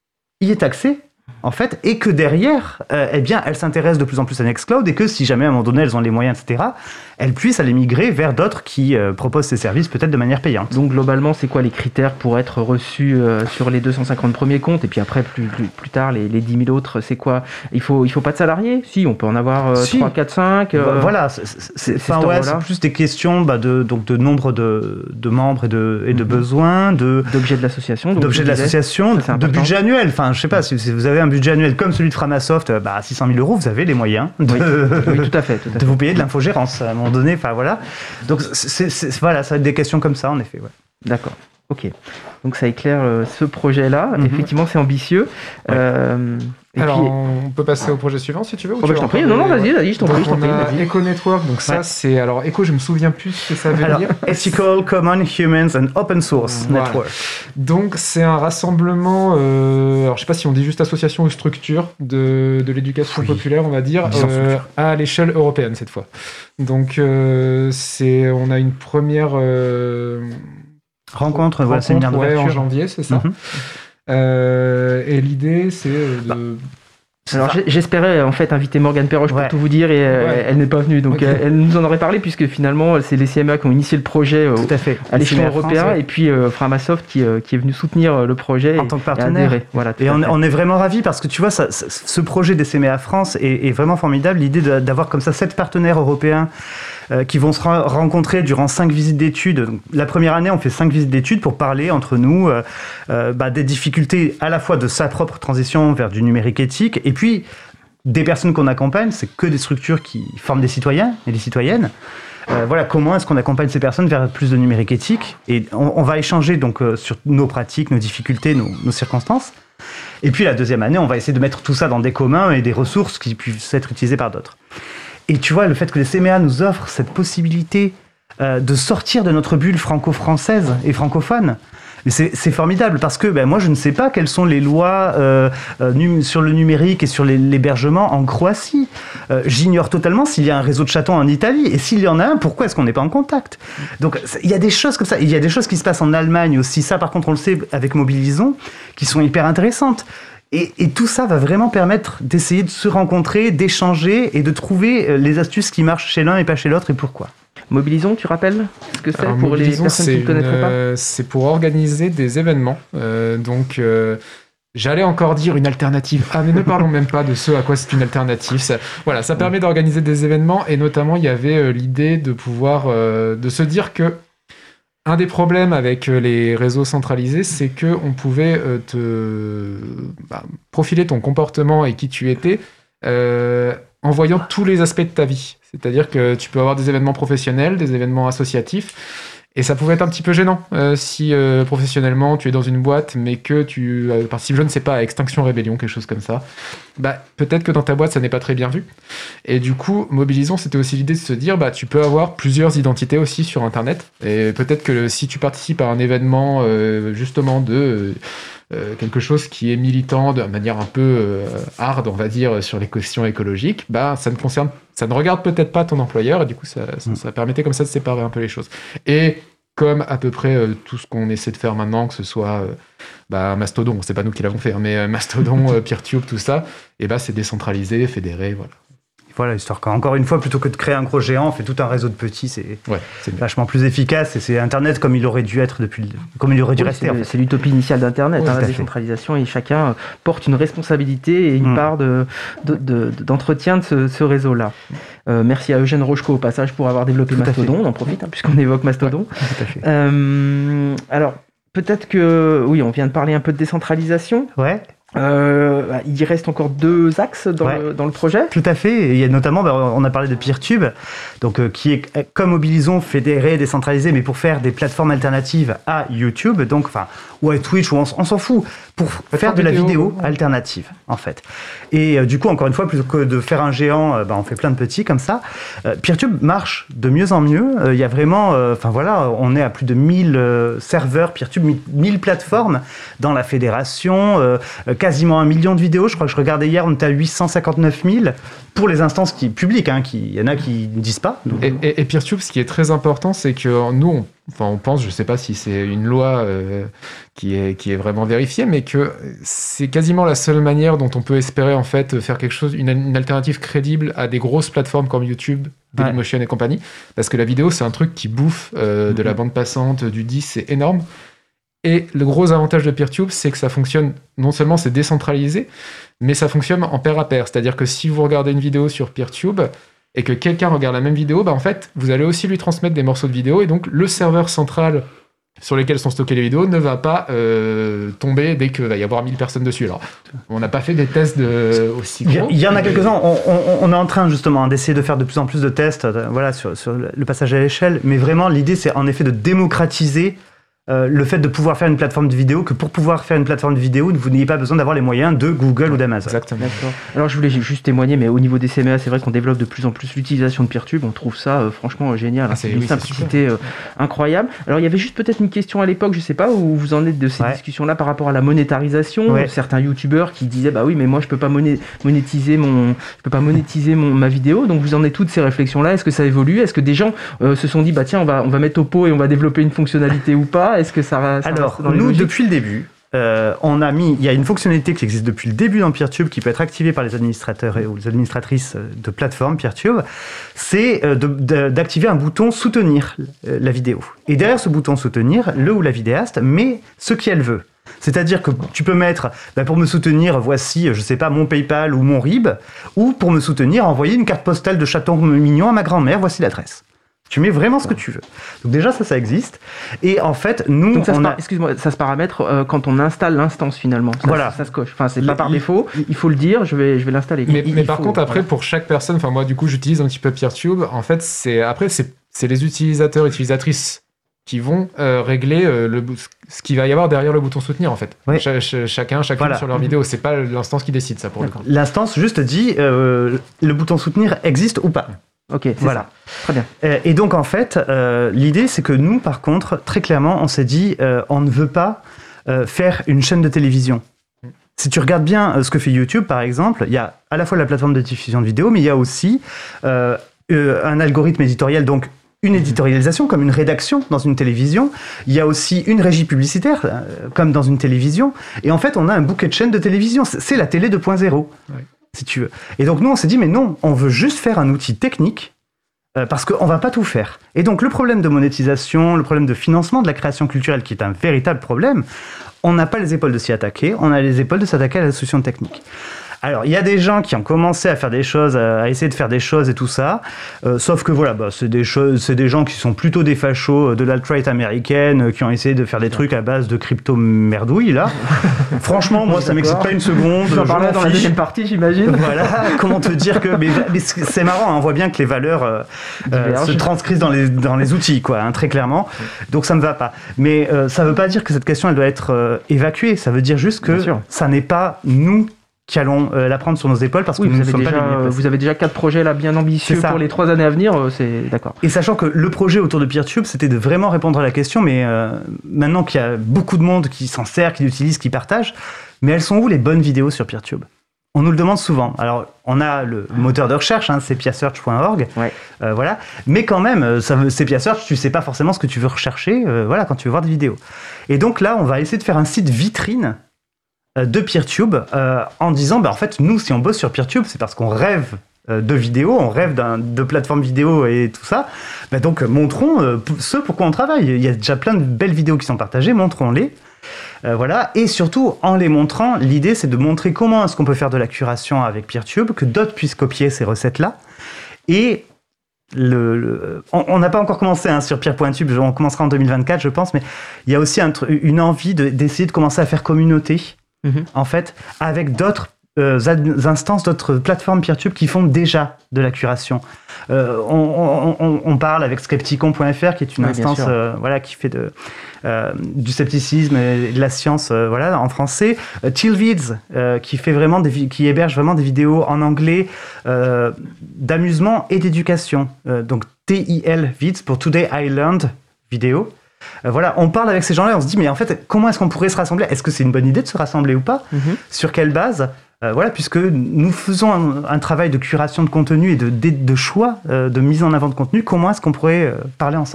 y aient accès. En fait, et que derrière, euh, eh bien, elles s'intéressent de plus en plus à Nextcloud et que si jamais à un moment donné elles ont les moyens, et cetera, elles puissent aller migrer vers d'autres qui euh, proposent ces services peut-être de manière payante.
Donc globalement, c'est quoi les critères pour être reçu euh, sur les deux cent cinquante premiers comptes et puis après plus, plus, plus tard les, les dix mille autres, c'est quoi ? Il faut il faut pas de salariés ? Si, on peut en avoir euh, si. trois, quatre, cinq. Euh,
bah, voilà, c'est, c'est, c'est, c'est, ouais, c'est plus des questions bah, de donc de nombre de, de membres et de et de mm-hmm. besoins, de
d'objets de l'association,
d'objets de l'association, ça, de budget annuel. Enfin, je sais pas si, si vous avez un budget annuel comme celui de Framasoft, bah, six cent mille euros, vous avez les moyens de,
oui, oui, tout à fait, tout à fait.
de vous payer de l'infogérance à un moment donné. Enfin voilà. Donc c'est, c'est, voilà, ça va être des questions comme ça en effet. Ouais.
D'accord. Ok. Donc ça éclaire euh, ce projet-là. Mm-hmm. Effectivement, c'est ambitieux. Ouais. Euh,
et Alors, puis... on peut passer au projet suivant si tu veux. Ou
oh,
tu
bah, je t'en prie. Non, non, vas-y, vas-y, je t'en prie.
On a Eco Network. Donc ça, ouais. c'est alors Eco. Je me souviens plus ce que ça veut
alors,
dire.
Ethical, Common, Humans and Open Source voilà. Network.
Donc c'est un rassemblement. Euh, alors je sais pas si on dit juste association ou structure de de l'éducation oui. populaire, on va dire, euh, à l'échelle européenne cette fois. Donc euh, c'est, on a une première euh,
rencontre, voilà, séminaire
ouais, en janvier, c'est ça. Mm-hmm. Euh, et l'idée, c'est de... Bah.
Alors j'espérais en fait inviter Morgane Perroche ouais. pour tout vous dire et euh, ouais. elle n'est pas venue donc okay. elle, elle nous en aurait parlé puisque finalement c'est les C M A qui ont initié le projet euh,
tout à, fait.
à l'échelon européen France, ouais. et puis euh, Framasoft qui, euh, qui est venu soutenir le projet
en tant que partenaire
et, voilà,
et on, on est vraiment ravis parce que tu vois ça, ça, ce projet des C M A France est, est vraiment formidable, l'idée de, d'avoir comme ça sept partenaires européens Euh, qui vont se ra- rencontrer durant cinq visites d'études. Donc, la première année, on fait cinq visites d'études pour parler entre nous euh, euh, bah, des difficultés à la fois de sa propre transition vers du numérique éthique et puis des personnes qu'on accompagne, c'est que des structures qui forment des citoyens et des citoyennes. Euh, voilà, comment est-ce qu'on accompagne ces personnes vers plus de numérique éthique ? Et on, on va échanger donc euh, sur nos pratiques, nos difficultés, nos, nos circonstances. Et puis la deuxième année, on va essayer de mettre tout ça dans des communs et des ressources qui puissent être utilisées par d'autres. Et tu vois, le fait que les C M A nous offrent cette possibilité euh, de sortir de notre bulle franco-française et francophone, c'est, c'est formidable parce que ben, moi, je ne sais pas quelles sont les lois euh, euh, num- sur le numérique et sur les, l'hébergement en Croatie. Euh, j'ignore totalement s'il y a un réseau de chatons en Italie. Et s'il y en a un, pourquoi est-ce qu'on n'est pas en contact ? Donc, il y a des choses comme ça. Il y a des choses qui se passent en Allemagne aussi. Ça, par contre, on le sait avec Mobilisons, qui sont hyper intéressantes. Et, et tout ça va vraiment permettre d'essayer de se rencontrer, d'échanger et de trouver les astuces qui marchent chez l'un et pas chez l'autre et pourquoi.
Mobilisons, tu rappelles ce que c'est
Alors,
pour
Mobilisons,
les personnes qui ne connaîtraient pas
euh, C'est pour organiser des événements. Euh, donc, euh, j'allais encore dire une alternative. Ah, mais ne parlons même pas de ce à quoi c'est une alternative. Ça, voilà, ça permet d'organiser des événements et notamment, il y avait euh, l'idée de pouvoir, euh, de se dire que un des problèmes avec les réseaux centralisés, c'est qu'on pouvait euh, te bah, profiler ton comportement et qui tu étais euh, en voyant tous les aspects de ta vie. C'est-à-dire que tu peux avoir des événements professionnels, des événements associatifs, et ça pouvait être un petit peu gênant euh, si euh, professionnellement tu es dans une boîte, mais que tu euh, participes, je ne sais pas, à Extinction Rébellion, quelque chose comme ça. Bah, peut-être que dans ta boîte, ça n'est pas très bien vu. Et du coup, Mobilisons, c'était aussi l'idée de se dire, bah, tu peux avoir plusieurs identités aussi sur Internet. Et peut-être que si tu participes à un événement, euh, justement, de euh, quelque chose qui est militant de manière un peu euh, hard, on va dire, sur les questions écologiques, bah, ça ne concerne, ça ne regarde peut-être pas ton employeur. Et du coup, ça, ça, ça permettait comme ça de séparer un peu les choses. Et comme à peu près euh, tout ce qu'on essaie de faire maintenant, que ce soit euh, bah, Mastodon, c'est pas nous qui l'avons fait, hein, mais euh, Mastodon, euh, Peertube, tout ça, et bah, c'est décentralisé, fédéré, voilà.
Voilà, histoire qu'encore une fois, plutôt que de créer un gros géant, on fait tout un réseau de petits, c'est,
ouais, c'est
vachement plus efficace et c'est Internet comme il aurait dû être depuis, le... comme il aurait dû
oui,
rester.
C'est,
en fait.
c'est l'utopie initiale d'Internet,
oui,
hein, la décentralisation, et chacun porte une responsabilité et une mmh. part de, de, de, d'entretien de ce, ce réseau-là. Euh, merci à Eugène Rochko au passage pour avoir développé tout Mastodon, on en profite hein, puisqu'on évoque Mastodon.
Ouais, tout à fait.
Euh, alors, peut-être que, oui, on vient de parler un peu de décentralisation.
Ouais.
Euh, il reste encore deux axes dans, ouais. le, dans le projet.
Tout à fait. Et il y a notamment, bah, on a parlé de Peertube, donc euh, qui est comme Mobilisons, fédéré, décentralisé, mais pour faire des plateformes alternatives à YouTube, donc enfin ou à Twitch, ou on, on s'en fout, pour faire, faire de la vidéo, vidéo ouais. alternative en fait. Et euh, du coup, encore une fois, plutôt que de faire un géant, euh, bah, on fait plein de petits comme ça. Euh, Peertube marche de mieux en mieux. Il euh, y a vraiment, enfin euh, voilà, on est à plus de mille euh, serveurs Peertube, mille plateformes dans la fédération. Euh, quasiment un million de vidéos, je crois que je regardais hier, on était à huit cent cinquante-neuf mille pour les instances qui, publiques, hein, qui, il y en a qui ne disent pas. Donc...
Et, et, et Peertube, ce qui est très important, c'est que nous, on, enfin, on pense, je ne sais pas si c'est une loi euh, qui, est, qui est vraiment vérifiée, mais que c'est quasiment la seule manière dont on peut espérer en fait faire quelque chose, une, une alternative crédible à des grosses plateformes comme YouTube, Dailymotion ouais. et compagnie, parce que la vidéo, c'est un truc qui bouffe euh, mm-hmm. de la bande passante, du disque, c'est énorme. Et le gros avantage de Peertube, c'est que ça fonctionne, non seulement c'est décentralisé, mais ça fonctionne en pair à pair. C'est-à-dire que si vous regardez une vidéo sur Peertube et que quelqu'un regarde la même vidéo, bah en fait, vous allez aussi lui transmettre des morceaux de vidéo et donc le serveur central sur lequel sont stockées les vidéos ne va pas euh, tomber dès qu'il va y avoir mille personnes dessus. Alors, on n'a pas fait des tests de, aussi gros.
Il y en a quelques-uns. On, on, on est en train justement d'essayer de faire de plus en plus de tests euh, voilà, sur, sur le passage à l'échelle, mais vraiment l'idée c'est en effet de démocratiser Euh, le fait de pouvoir faire une plateforme de vidéo, que pour pouvoir faire une plateforme de vidéo, vous n'ayez pas besoin d'avoir les moyens de Google ou d'Amazon.
Exactement.
D'accord. Alors je voulais juste témoigner, mais au niveau des C M A, c'est vrai qu'on développe de plus en plus l'utilisation de Peertube, on trouve ça euh, franchement euh, génial, ah, c'est, c'est une oui, simplicité euh, incroyable. Alors il y avait juste peut-être une question à l'époque, je sais pas où vous en êtes de ces ouais. discussions-là par rapport à la monétarisation, ouais. certains youtubeurs qui disaient bah oui mais moi je peux pas moné- monétiser mon, je peux pas monétiser mon, ma vidéo, donc vous en êtes toutes ces réflexions-là, est-ce que ça évolue, est-ce que des gens euh, se sont dit bah tiens on va, on va mettre au pot et on va développer une fonctionnalité ou pas, est-ce que ça, ça
Alors, nous, logiques. Depuis le début, euh, on a mis, il y a une fonctionnalité qui existe depuis le début dans Peertube qui peut être activée par les administrateurs et, ou les administratrices de plateforme Peertube, c'est euh, de, de, d'activer un bouton soutenir euh, la vidéo. Et derrière ce bouton soutenir, le ou la vidéaste met ce qu'elle veut. C'est-à-dire que tu peux mettre, bah pour me soutenir, voici, je sais pas, mon PayPal ou mon R I B, ou pour me soutenir, envoyer une carte postale de chaton mignon à ma grand-mère, voici l'adresse. Tu mets vraiment ce que tu veux. Donc déjà, ça, ça existe. Et en fait, nous,
Donc ça
on
se
a...
par... Excuse-moi, ça se paramètre euh, quand on installe l'instance finalement. Ça,
Voilà.
Ça, ça se coche. Enfin, c'est
Les-
pas par
les-
défaut. Il faut le dire. Je vais, je vais l'installer.
Mais,
Il-
mais
il
par
faut-
contre, après,
voilà.
pour chaque personne, enfin moi, du coup, j'utilise un petit peu PeerTube. En fait, c'est après, c'est c'est les utilisateurs, utilisatrices qui vont euh, régler euh, le, bou- ce qu'il va y avoir derrière le bouton soutenir, en fait.
Oui.
Cha- cha- chacun, chacune
Voilà.
sur leur vidéo. C'est pas l'instance qui décide ça pour le coup.
L'instance juste dit euh, le bouton soutenir existe ou pas.
Ok, c'est
Voilà.
ça. Très bien.
Euh, Et donc en fait, euh, l'idée c'est que nous, par contre, très clairement, on s'est dit, euh, on ne veut pas euh, faire une chaîne de télévision. Si tu regardes bien euh, ce que fait YouTube, par exemple, il y a à la fois la plateforme de diffusion de vidéos, mais il y a aussi euh, euh, un algorithme éditorial, donc une éditorialisation comme une rédaction dans une télévision. Il y a aussi une régie publicitaire euh, comme dans une télévision. Et en fait, on a un bouquet de chaînes de télévision. C'est c'est la télé deux point zéro.
Ouais.
Si tu veux. Et donc nous, on s'est dit, mais non, on veut juste faire un outil technique euh, parce qu'on va pas tout faire. Et donc le problème de monétisation, le problème de financement de la création culturelle, qui est un véritable problème, on n'a pas les épaules de s'y attaquer, on a les épaules de s'attaquer à la solution technique. Alors, il y a des gens qui ont commencé à faire des choses, à essayer de faire des choses et tout ça, euh, sauf que voilà, bah, c'est des choses, c'est des gens qui sont plutôt des fachos de l'alt-right américaine, euh, qui ont essayé de faire des trucs à base de crypto-merdouille, là. Franchement, moi, ça m'excite pas une seconde.
J'en
je
parlerai
m'en
dans la
fiche.
deuxième partie, j'imagine.
Voilà, comment te dire que... Mais, mais c'est marrant, hein, on voit bien que les valeurs euh, euh,
Divergent.
se transcrivent dans les, dans les outils, quoi, hein, très clairement. Donc ça me va pas. Mais euh, ça veut pas dire que cette question, elle doit être euh, évacuée. Ça veut dire juste que
Bien sûr.
ça n'est pas nous qui allons euh, la prendre sur nos épaules parce
Oui,
que
vous
nous ne
avez,
sommes
déjà,
pas les mieux
euh,
placés.
vous avez déjà quatre projets là bien ambitieux
C'est ça.
pour les trois années à venir. euh, C'est d'accord.
Et sachant que le projet autour de PeerTube, c'était de vraiment répondre à la question, mais euh, maintenant qu'il y a beaucoup de monde qui s'en sert, qui l'utilise, qui partage, mais elles sont où les bonnes vidéos sur PeerTube ? On nous le demande souvent. Alors, on a le moteur de recherche, hein, sepia search point org,
Ouais.
euh, voilà. Mais quand même, euh, ça veut, Sepia Search, tu sais pas forcément ce que tu veux rechercher, euh, voilà, quand tu veux voir des vidéos. Et donc là, on va essayer de faire un site vitrine euh, de PeerTube euh, en disant, bah, en fait, nous, si on bosse sur PeerTube, c'est parce qu'on rêve euh, de vidéos, on rêve d'un, de plateformes vidéo et tout ça. Bah, donc, euh, montrons euh, p- ce pourquoi on travaille. Il y a déjà plein de belles vidéos qui sont partagées, montrons-les. Euh, voilà, et surtout en les montrant, l'idée c'est de montrer comment est-ce qu'on peut faire de la curation avec PeerTube, que d'autres puissent copier ces recettes-là. Et le, le- on n'a pas encore commencé hein, sur peer point tube, on commencera en deux mille vingt-quatre je pense, mais il y a aussi un tr- une envie de, d'essayer de commencer à faire communauté,
Mhm.
en fait, avec d'autres euh, ad- instances, d'autres plateformes PeerTube qui font déjà de la curation. Euh, on, on- on- on parle avec skepticon point f r qui est une
Oui, bien
instance
sûr.
euh, voilà, qui fait de, euh, du scepticisme et de la science euh, voilà, en français. Euh, Chillvids euh, qui, fait vraiment des, vi- qui héberge vraiment des vidéos en anglais euh, d'amusement et d'éducation. Euh, donc T I L Vids pour Today I Learned Vidéo. Euh, voilà, on parle avec ces gens-là et on se dit mais en fait comment est-ce qu'on pourrait se rassembler ? Est-ce que c'est une bonne idée de se rassembler ou pas ?
Mhm.
Sur quelle base ? Euh, voilà, puisque nous faisons un, un travail de curation de contenu et de, de, de choix, euh, de mise en avant de contenu, comment est-ce qu'on pourrait euh, parler ensemble ?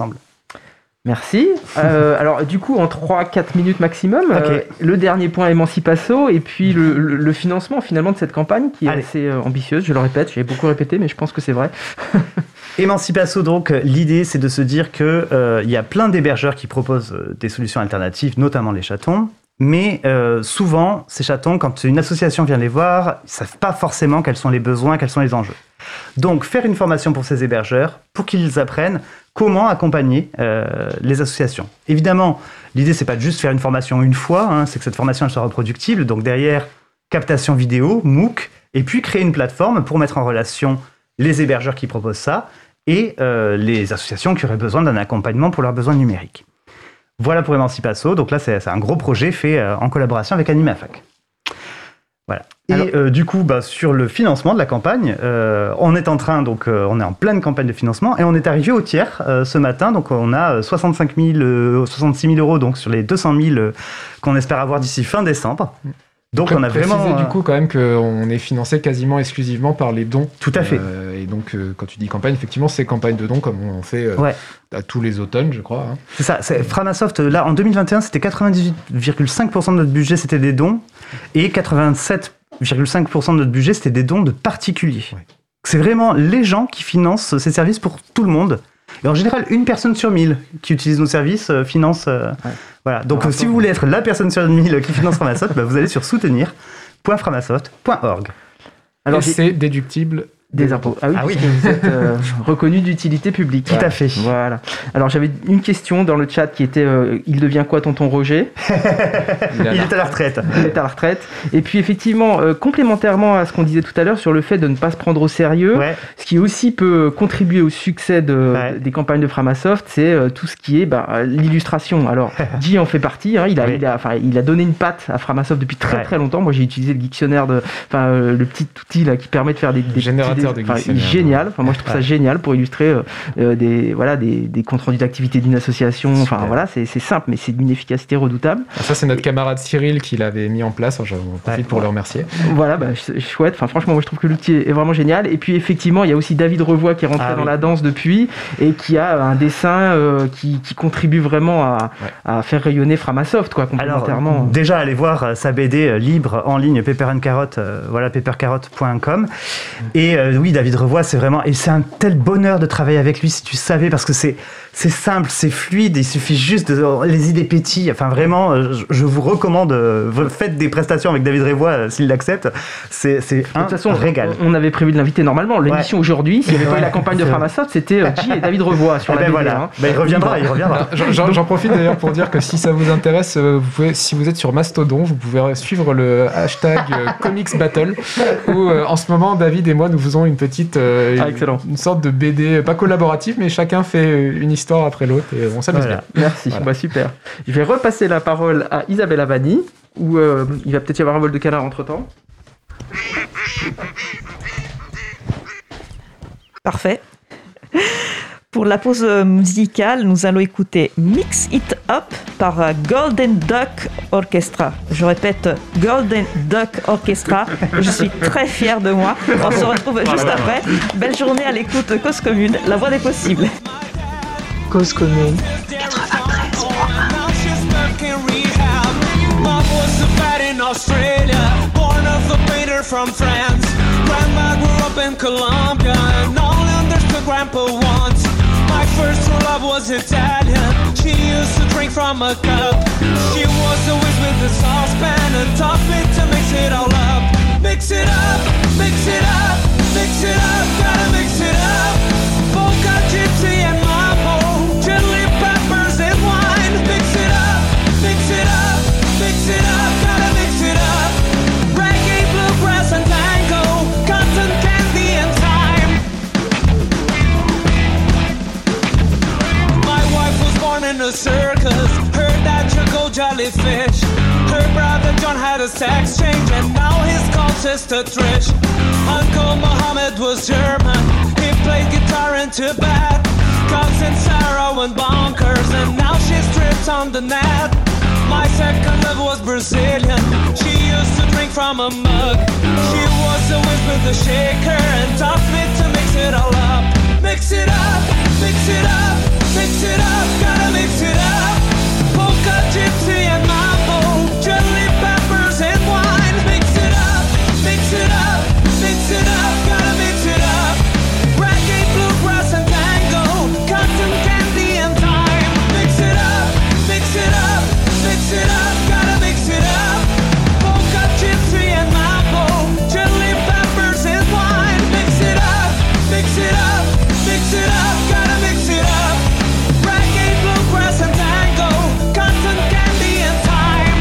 Merci. Euh, alors, du coup, en trois à quatre minutes maximum,
Ok.
euh, le dernier point Emancipasso et puis le, le- le financement finalement de cette campagne qui est
Allez.
assez euh, ambitieuse. Je le répète, j'ai beaucoup répété, mais je pense que c'est vrai.
Emancipasso, donc, euh, l'idée, c'est de se dire qu'il euh, y a plein d'hébergeurs qui proposent euh, des solutions alternatives, notamment les chatons. Mais euh, souvent, ces chatons, quand une association vient les voir, ils ne savent pas forcément quels sont les besoins, quels sont les enjeux. Donc, faire une formation pour ces hébergeurs, pour qu'ils apprennent comment accompagner euh, les associations. Évidemment, l'idée, c'est pas de juste faire une formation une fois, hein, c'est que cette formation, elle soit reproductible. Donc, derrière, captation vidéo, MOOC, et puis créer une plateforme pour mettre en relation les hébergeurs qui proposent ça et euh, les associations qui auraient besoin d'un accompagnement pour leurs besoins numériques. Voilà pour Emancipasso. Donc là, c'est, c'est un gros projet fait euh, en collaboration avec Animafac. Voilà. Et
Alors-
euh, du coup, bah, sur le financement de la campagne, euh, on est en train, donc euh, on est en pleine campagne de financement et on est arrivé au tiers euh, ce matin. Donc on a euh, soixante-cinq mille, euh, soixante-six mille euros donc sur les deux cent mille euh, qu'on espère avoir d'ici fin décembre. Donc
Pré-
on a
préciser,
vraiment...
du
euh,
coup quand même qu'on est financé quasiment exclusivement par les dons.
Tout à fait.
Euh, et donc euh, quand tu dis campagne, effectivement c'est campagne de dons comme on fait euh,
Ouais.
à tous les automnes, je crois. hein.
C'est ça, c'est, Framasoft, là, en deux mille vingt et un, c'était quatre-vingt-dix-huit virgule cinq pour cent de notre budget, c'était des dons, et quatre-vingt-sept virgule cinq pour cent de notre budget, c'était des dons de particuliers.
Ouais.
C'est vraiment les gens qui financent ces services pour tout le monde. Et en général, une personne sur mille qui utilise nos services euh, finance... euh,
Ouais.
Voilà. Donc,
Ah,
euh, si vous voulez être la personne sur mille qui finance Framasoft, bah, vous allez sur soutenir point framasoft point org.
Alors,
et
j'ai-
c'est déductible
Des impôts. Ah oui,
Ah oui.
puisque vous êtes euh, reconnu d'utilité publique.
Tout à fait.
Voilà. Alors j'avais une question dans le chat qui était euh, il devient quoi tonton Roger?
Il est à la retraite.
Il est à la retraite. Et puis effectivement, euh, complémentairement à ce qu'on disait tout à l'heure sur le fait de ne pas se prendre au sérieux,
Ouais.
ce qui aussi peut contribuer au succès de,
Ouais.
des campagnes de Framasoft, c'est euh, tout ce qui est bah, l'illustration. Alors Guy en fait partie. Hein, il a,
Oui.
il a, enfin, il a donné une patte à Framasoft depuis très
Ouais.
très longtemps. Moi j'ai utilisé le dictionnaire de, enfin euh, le petit outil là qui permet de faire des, des
Générateur
petits-
de
enfin,
dictionnaire.
génial. Enfin moi je trouve ça
Ouais.
génial pour illustrer euh, euh, des voilà des, des comptes rendus d'activité d'une association. Enfin
Super.
voilà c'est c'est simple mais c'est d'une efficacité redoutable.
Ah, ça, c'est notre camarade Cyril qui l'avait mis en place. J'en profite
Ouais.
pour le remercier.
Voilà, bah, ch- chouette. Enfin, franchement, moi, je trouve que l'outil est vraiment génial. Et puis, effectivement, il y a aussi David Revoy qui est rentré
Ah,
dans
oui.
la danse depuis et qui a un dessin euh, qui, qui contribue vraiment à,
Ouais.
à faire rayonner Framasoft, quoi,
Alors,
complémentairement.
déjà, allez voir euh, sa B D euh, libre en ligne, Pepper and Carrot, euh, voilà, pepper carrot point com. Et euh, oui, David Revoy, c'est vraiment. Et c'est un tel bonheur de travailler avec lui, si tu savais, parce que c'est, c'est simple, c'est fluide, il suffit juste de. Les idées pétillent. Enfin, vraiment, euh, je, je vous recommande, euh, vous faites des prestations avec David Revoy euh, s'il l'accepte. C'est, c'est
De
un
toute façon,
régal.
on, on avait prévu de l'inviter normalement. L'émission aujourd'hui, s'il n'y avait pas eu la campagne de
C'est vrai.
Framasoft, c'était euh, Guy et David Revoy sur
Eh
la
ben
B D.
voilà.
hein.
Ben, il reviendra, il reviendra.
J'en- J'en j'en profite d'ailleurs pour dire que si ça vous intéresse, euh, vous pouvez, si vous êtes sur Mastodon, vous pouvez suivre le hashtag euh, Comics Battle où euh, en ce moment David et moi nous faisons une petite euh,
Ah,
une,
excellent.
une sorte de B D euh, pas collaborative mais chacun fait une histoire après l'autre et on s'amuse
Voilà.
bien.
Merci,
Voilà.
bah, super. Je vais repasser la parole à Isabelle Vanni, où euh, il va peut-être y avoir un vol de canard entre temps.
Parfait. Pour la pause musicale, nous allons écouter Mix It Up par euh, Golden Duck Orchestra. Je répète, Golden Duck Orchestra. Je suis très fière de moi. On se retrouve juste après. Belle journée à l'écoute de Cause Commune, la voix des possibles.
Cause commune.
Now she's stuck in rehab. Mom was a vet in Australia, born of a painter from France. Grandma grew up in Colombia and only understood Grandpa once. My first true love was Italian. She used to drink from a cup. She was always with the saucepan and taught me to mix it all up. Mix it up, mix it up, mix it up, gotta mix it up. Polka, gypsy and mambo, chili peppers and wine. Mix it up, mix it up, mix it up, gotta mix it up. Reggae, bluegrass and tango, cotton candy and thyme. My wife was born in a circus, her dad chuckled jellyfish. Her brother John had a sex change and now he's called Sister Trish. Uncle Mohammed was German, he played guitar in Tibet. Cousin Sarah went bonkers and now she's stripped on the net. My second love was Brazilian, she used to drink from a mug. She was always with a shaker and taught me to mix it all up. Mix it up, mix it up, mix it up, gotta mix it up. Polka, gypsy and mambo, chili peppers and wine. Mix it up, mix it up, mix it up, gotta mix it up. Reggae, bluegrass and tango, cotton candy and thyme. Mix it up, mix it up, mix it up, gotta mix it up. Polka, gypsy and mambo, chili peppers and wine. Mix it up, mix it up, mix it up, gotta mix it up. Reggae, bluegrass and tango, cotton candy and thyme.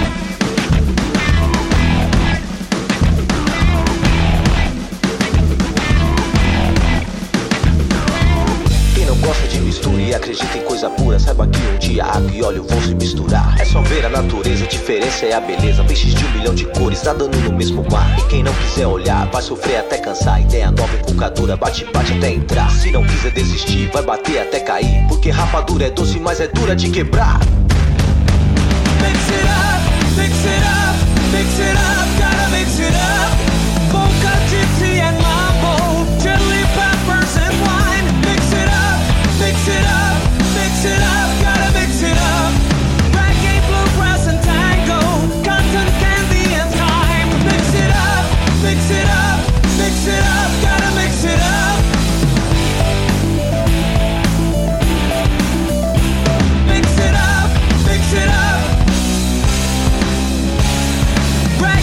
Quem não gosta de mistura e acredita em coisa pura, saiba que um dia água e óleo vão se misturar. É só ver a natureza, a diferença é a beleza. Peixes de um milhão de cores, nadando no mesmo mar. E quem não quiser olhar, vai sofrer até cansar. Ideia nova, invocadora, bate, bate até entrar. Se não quiser desistir, vai bater até cair. Porque rapadura é doce, mas é dura de quebrar.
Mix it up, mix it up, mix it up, gotta mix it up. Polka, gypsy and mambo, chili peppers and wine. Mix it up, mix it up, mix it up, gotta mix it up. Reggae, bluegrass and tango, cotton candy and thyme. Mix it up, mix it up, mix it up, gotta mix it up. Mix it up, mix it up. Reggae,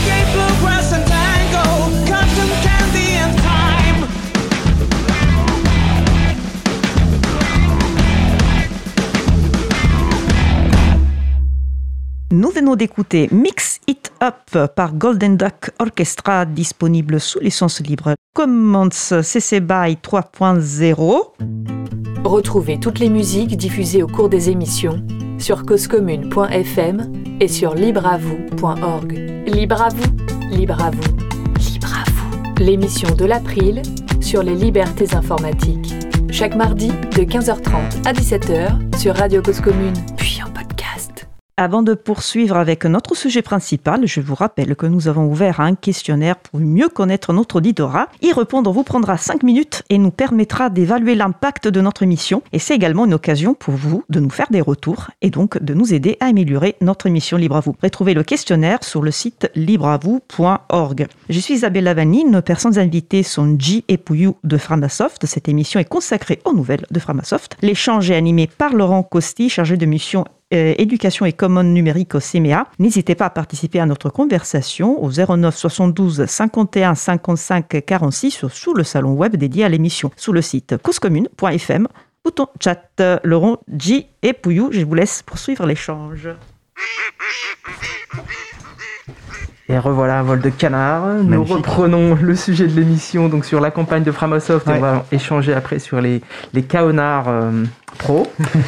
venons d'écouter Mix It Up par Golden Duck Orchestra, disponible sous licence libre Commons C C B Y trois point zéro.
Retrouvez toutes les musiques diffusées au cours des émissions sur cause commune point f m et sur libre à vous point org. Libre à vous, libre à vous, libre à vous. L'émission de l'April sur les libertés informatiques. Chaque mardi de quinze heures trente à dix-sept heures sur Radio Cause Commune, puis en podcast.
Avant de poursuivre avec notre sujet principal, je vous rappelle que nous avons ouvert un questionnaire pour mieux connaître notre auditorat. Y répondre vous prendra cinq minutes et nous permettra d'évaluer l'impact de notre émission. Et c'est également une occasion pour vous de nous faire des retours et donc de nous aider à améliorer notre émission Libre à vous. Retrouvez le questionnaire sur le site libre à vous point org. Je suis Isabelle Lavani, nos personnes invitées sont J et Pouillou de Framasoft. Cette émission est consacrée aux nouvelles de Framasoft. L'échange est animé par Laurent Costi, chargé de mission Euh, éducation et commande numérique au C M E A. N'hésitez pas à participer à notre conversation au zéro neuf soixante-douze cinquante et un cinquante-cinq quarante-six sur, sur le salon web dédié à l'émission, sous le site cause commune point f m. Bouton chat. Laurent, J et Pouillou, je vous laisse poursuivre l'échange.
Et revoilà, vol de canard. Magnifique. Nous reprenons le sujet de l'émission donc sur la campagne de Framasoft ouais. Et on va échanger après sur les, les Kaonars euh, Pro.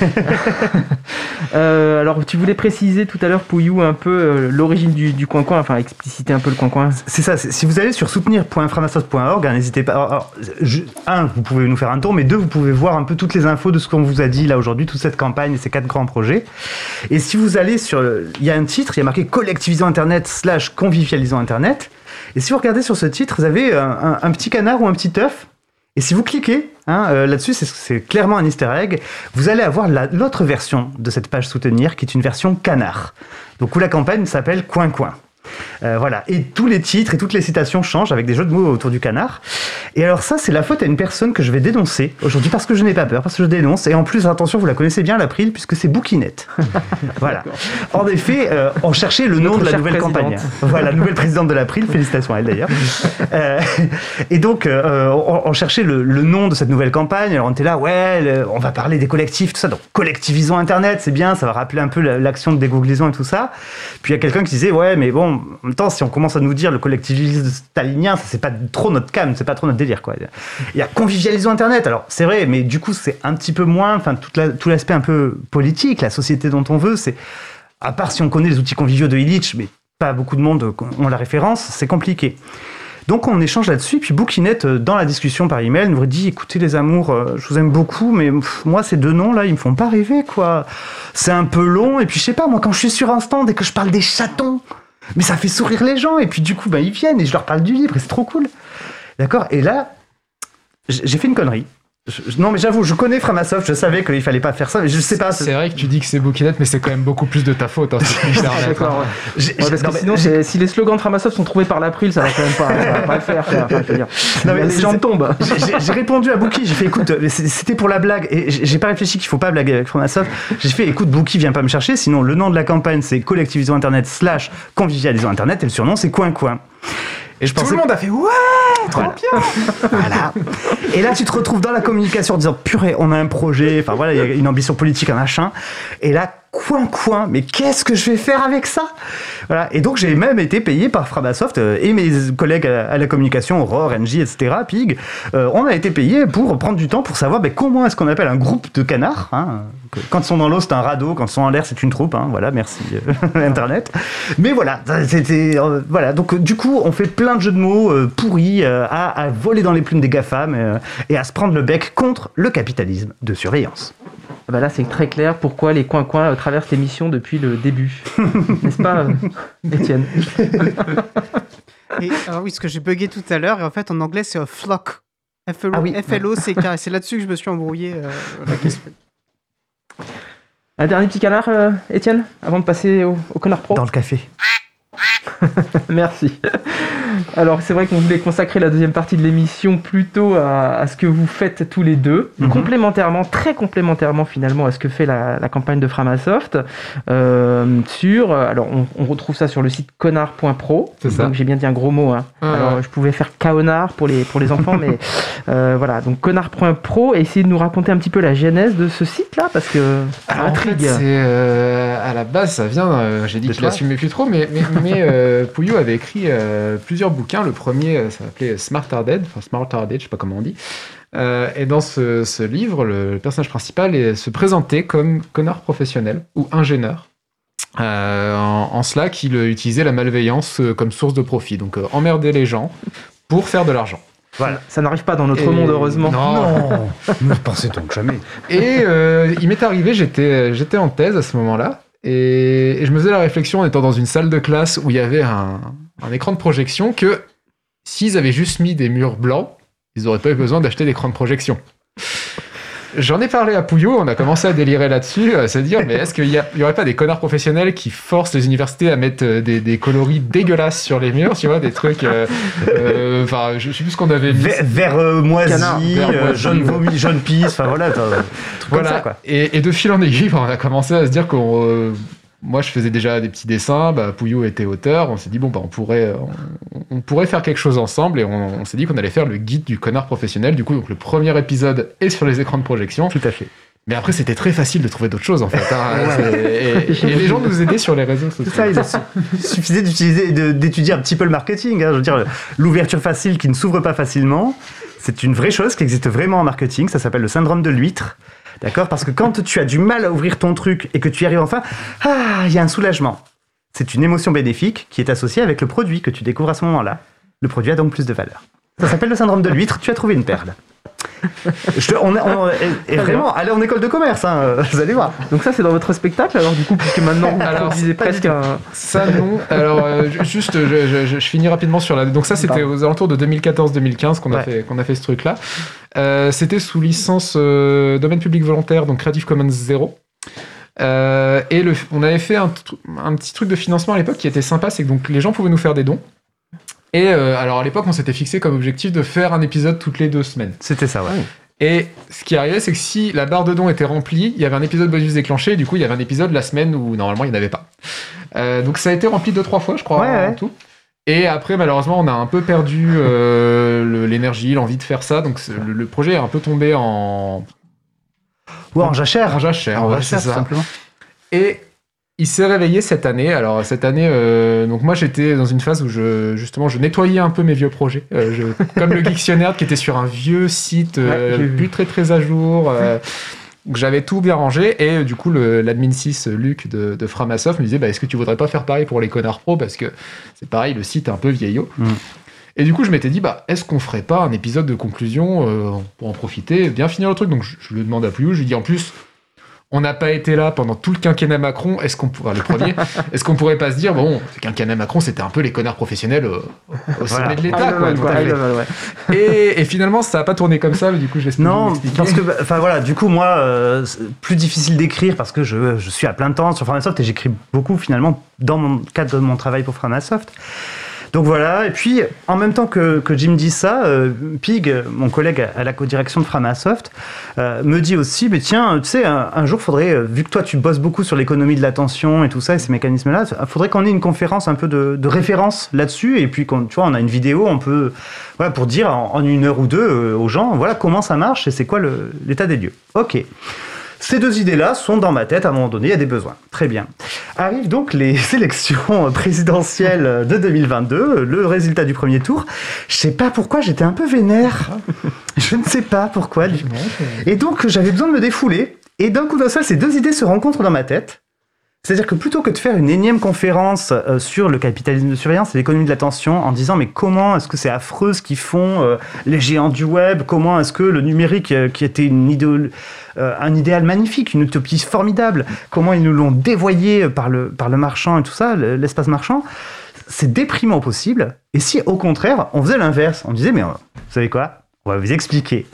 euh, alors, tu voulais préciser tout à l'heure, Pouillou, un peu euh, l'origine du, du coin-coin, enfin expliciter un peu le coin-coin.
C'est ça, c'est, si vous allez sur soutenir point framasoft point org, hein, n'hésitez pas. Alors, alors, je, un, vous pouvez nous faire un tour, mais deux, vous pouvez voir un peu toutes les infos de ce qu'on vous a dit là aujourd'hui, toute cette campagne et ces quatre grands projets. Et si vous allez sur. Il y a un titre, il y a marqué Collectivisons Internet slash Convivialisons Internet. Et si vous regardez sur ce titre, vous avez un, un, un petit canard ou un petit œuf. Et si vous cliquez hein, euh, là-dessus, c'est, c'est clairement un easter egg, vous allez avoir la, l'autre version de cette page soutenir, qui est une version canard. Donc où la campagne s'appelle Coin Coin. Euh, voilà, et tous les titres et toutes les citations changent avec des jeux de mots autour du canard. Et alors ça, c'est la faute à une personne que je vais dénoncer aujourd'hui parce que je n'ai pas peur, parce que je dénonce. Et en plus, attention, vous la connaissez bien, l'April, puisque c'est Bouquinette. Voilà. En effet, euh, on cherchait le nom Notre de la nouvelle présidente. Campagne. Voilà, nouvelle présidente de l'April, félicitations à elle d'ailleurs. Euh, et donc, euh, on, on cherchait le, le nom de cette nouvelle campagne. Alors on était là, ouais, le, on va parler des collectifs, tout ça. Donc, collectivisons Internet, c'est bien, ça va rappeler un peu l'action de dégooglisons et tout ça. Puis il y a quelqu'un qui disait, ouais, mais bon, en même temps, si on commence à nous dire le collectivisme stalinien, ça, c'est pas trop notre cam, c'est pas trop notre délire, quoi. Il y a convivialisons Internet, alors c'est vrai, mais du coup, c'est un petit peu moins, enfin, tout, la, tout l'aspect un peu politique, la société dont on veut, c'est, à part si on connaît les outils conviviaux de Illich, mais pas beaucoup de monde ont la référence, c'est compliqué. Donc on échange là-dessus, puis Bouquinette, dans la discussion par email, nous dit, écoutez les amours, je vous aime beaucoup, mais pff, moi ces deux noms-là, ils me font pas rêver, quoi. C'est un peu long, et puis je sais pas, moi quand je suis sur un stand et que je parle des chatons, mais ça fait sourire les gens, et puis du coup, bah, ils viennent, et je leur parle du livre, et c'est trop cool. D'accord ? Et là, j'ai fait une connerie. Je, non mais j'avoue, je connais Framasoft, je savais qu'il fallait pas faire ça, mais je sais pas.
C'est, c'est vrai que tu dis que c'est Bouquinette, mais c'est quand même beaucoup plus de ta faute. Hein, si
D'accord, ouais. J'ai, ouais, parce que sinon, c'est, si les slogans de Framasoft sont trouvés par l'April, ça va quand même pas, ça va pas le faire. Enfin, je veux dire, non, mais les gens tombent.
J'ai, j'ai répondu à Bouki, j'ai fait écoute, c'était pour la blague, et j'ai pas réfléchi qu'il faut pas blaguer avec Framasoft. J'ai fait écoute, Bouki vient pas me chercher, sinon le nom de la campagne c'est Collectivisons Internet slash Convivialisons Internet, et le surnom c'est Coin Coin. Et je
Tout
pensais...
le monde a fait ouais, trop
voilà.
bien.
Voilà. Et là, tu te retrouves dans la communication en disant purée, on a un projet, enfin voilà, il y a une ambition politique, un machin. Et là, coin coin, mais qu'est-ce que je vais faire avec ça ? Voilà. Et donc j'ai même été payé par Framasoft euh, et mes collègues à, à la communication, Aurore, N J, et cetera, Pig. Euh, on a été payé pour prendre du temps pour savoir ben, comment est-ce qu'on appelle un groupe de canards. Hein. Quand ils sont dans l'eau, c'est un radeau. Quand ils sont en l'air, c'est une troupe. Hein. Voilà, merci euh, Internet. Mais voilà, c'était euh, voilà. Donc du coup, on fait plein de jeux de mots euh, pourris euh, à, à voler dans les plumes des GAFAM euh, et à se prendre le bec contre le capitalisme de surveillance.
Ah bah là, c'est très clair pourquoi les coins-coins traversent l'émission depuis le début. N'est-ce pas, Étienne ?
Et alors oui, ce que j'ai bugué tout à l'heure, et en fait en anglais c'est a flock. F L O,
ah oui.
F L O C K. C'est là-dessus que je me suis embrouillé. Euh, la question.
Un dernier petit canard, euh, Étienne, avant de passer au, au connard pro.
Dans le café.
Merci. Alors, c'est vrai qu'on voulait consacrer la deuxième partie de l'émission plutôt à, à ce que vous faites tous les deux, mm-hmm. complémentairement, très complémentairement finalement à ce que fait la, la campagne de Framasoft. Euh, sur, alors, on, on retrouve ça sur le site connard point pro. C'est ça. Donc, j'ai bien dit un gros mot. Hein. Ah, alors, ouais. Je pouvais faire caonard pour les, pour les enfants, mais euh, voilà. Donc, connard point pro, et essayez de nous raconter un petit peu la genèse de ce site-là, parce que ça
alors,
intrigue.
En fait, c'est, euh, à la base, ça vient, euh, j'ai dit qu'il assumait plus trop, mais, mais, mais euh, Pouillou avait écrit euh, plusieurs bouquins. Le premier, euh, ça s'appelait Smarter Dead, enfin Smarter Dead, je sais pas comment on dit. Euh, et dans ce, ce livre, le, le personnage principal est, se présentait comme connard professionnel ou ingénieur. Euh, en, en cela qu'il utilisait la malveillance euh, comme source de profit. Donc euh, emmerder les gens pour faire de l'argent.
Voilà. Ça n'arrive pas dans notre
et...
monde, heureusement.
Non, ne pensez donc jamais.
Et euh, il m'est arrivé, j'étais, j'étais en thèse à ce moment-là, et, et je me faisais la réflexion en étant dans une salle de classe où il y avait un, un écran de projection que s'ils avaient juste mis des murs blancs, ils n'auraient pas eu besoin d'acheter d'écran de projection. J'en ai parlé à Pouillou, on a commencé à délirer là-dessus, à se dire, mais est-ce qu'il n'y aurait pas des connards professionnels qui forcent les universités à mettre des, des coloris dégueulasses sur les murs, tu vois, des trucs... Enfin, euh, euh, je ne sais plus ce qu'on avait mis.
Vert, vert euh, moisi, euh, jaune vomi, jaune pisse, enfin voilà, truc
voilà.
comme ça, quoi.
Et, et de fil en aiguille, on a commencé à se dire qu'on... Euh, moi, je faisais déjà des petits dessins, bah, Pouillou était auteur, on s'est dit, bon, bah, on pourrait, on, on pourrait faire quelque chose ensemble, et on, on s'est dit qu'on allait faire le guide du connard professionnel. Du coup, donc, le premier épisode est sur les écrans de projection.
Tout à fait.
Mais après, c'était très facile de trouver d'autres choses, en fait. Hein. et, et, et les gens nous aidaient sur les réseaux sociaux.
C'est ça, il suffisait d'utiliser, de, d'étudier un petit peu le marketing. Hein. Je veux dire, l'ouverture facile qui ne s'ouvre pas facilement, c'est une vraie chose qui existe vraiment en marketing. Ça s'appelle le syndrome de l'huître. D'accord ? Parce que quand tu as du mal à ouvrir ton truc et que tu y arrives enfin, ah, il y a un soulagement. C'est une émotion bénéfique qui est associée avec le produit que tu découvres à ce moment-là. Le produit a donc plus de valeur. Ça s'appelle le syndrome de l'huître. Tu as trouvé une perle. Je te, on, on, et, et vraiment, allez en école de commerce, hein, vous allez voir.
Donc ça, c'est dans votre spectacle, alors du coup, puisque maintenant vous produisez presque un...
Ça, non. Alors, euh, juste, je, je, je, je finis rapidement sur la... Donc ça, c'était aux alentours de deux mille quatorze deux mille quinze qu'on a, ouais. fait, qu'on a fait ce truc-là. Euh, c'était sous licence euh, domaine public volontaire, donc Creative Commons zéro. Euh, et le, on avait fait un, un petit truc de financement à l'époque qui était sympa, c'est que donc, les gens pouvaient nous faire des dons. Et euh, alors à l'époque, on s'était fixé comme objectif de faire un épisode toutes les deux semaines.
C'était ça, ouais.
Et ce qui arrivait, c'est que si la barre de dons était remplie, il y avait un épisode bonus déclenché, et du coup, il y avait un épisode la semaine où normalement, il n'y en avait pas. Euh, donc ça a été rempli deux, trois fois, je crois,
ouais,
en
ouais.
tout. Et après, malheureusement, on a un peu perdu euh, le, l'énergie, l'envie de faire ça. Donc le, le projet est un peu tombé en...
Ouais, en jachère.
En jachère,
en
ouais,
jachère,
c'est ça.
Simplement.
Et... il s'est réveillé cette année. Alors cette année, euh, donc moi j'étais dans une phase où je justement je nettoyais un peu mes vieux projets, euh, je, comme le Geektionnaire qui était sur un vieux site, euh, ouais, plus très très à jour. Euh, donc j'avais tout bien rangé et euh, du coup le, l'admin six Luc de, de Framasoft me disait bah, est-ce que tu voudrais pas faire pareil pour les connards pro parce que c'est pareil, le site est un peu vieillot. Mm. Et du coup, je m'étais dit, bah, est-ce qu'on ferait pas un épisode de conclusion euh, pour en profiter, bien finir le truc. Donc je, je lui demande à Pouillou, je lui dis en plus. On n'a pas été là pendant tout le quinquennat Macron. Est-ce qu'on pourrait, le premier, est-ce qu'on pourrait pas se dire, bon, le quinquennat Macron, c'était un peu les connards professionnels au, au sommet voilà. de l'État, ah, quoi.
quoi, ouais, ouais.
Et, et finalement, ça n'a pas tourné comme ça, mais du coup, j'espère.
Non, parce que, enfin voilà, du coup, moi, euh, plus difficile d'écrire parce que je, je suis à plein temps sur Framasoft et j'écris beaucoup finalement dans mon cadre de mon travail pour Framasoft. Donc voilà, et puis en même temps que, que Jim dit ça, euh, Pig, mon collègue à la co-direction de Framasoft, euh, me dit aussi, mais tiens, tu sais, un, un jour, faudrait, vu que toi tu bosses beaucoup sur l'économie de l'attention et tout ça, et ces mécanismes-là, il faudrait qu'on ait une conférence un peu de, de référence là-dessus, et puis qu'on, tu vois, on a une vidéo, on peut, voilà, pour dire en, en une heure ou deux euh, aux gens, voilà comment ça marche et c'est quoi le, l'état des lieux. Ok. Ces deux idées-là sont dans ma tête, à un moment donné, il y a des besoins. Très bien. Arrivent donc les élections présidentielles de deux mille vingt-deux, le résultat du premier tour. Je sais pas pourquoi, j'étais un peu vénère. Je ne sais pas pourquoi. Et donc, j'avais besoin de me défouler. Et d'un coup d'un seul, ces deux idées se rencontrent dans ma tête. C'est-à-dire que plutôt que de faire une énième conférence euh, sur le capitalisme de surveillance et l'économie de l'attention en disant mais comment est-ce que c'est affreux ce qu'ils font euh, les géants du web, comment est-ce que le numérique euh, qui était une idéal, euh, un idéal magnifique, une utopie formidable, comment ils nous l'ont dévoyé par le, par le marchand et tout ça, l'espace marchand, c'est déprimant au possible. Et si au contraire on faisait l'inverse, on disait mais euh, vous savez quoi, on va vous expliquer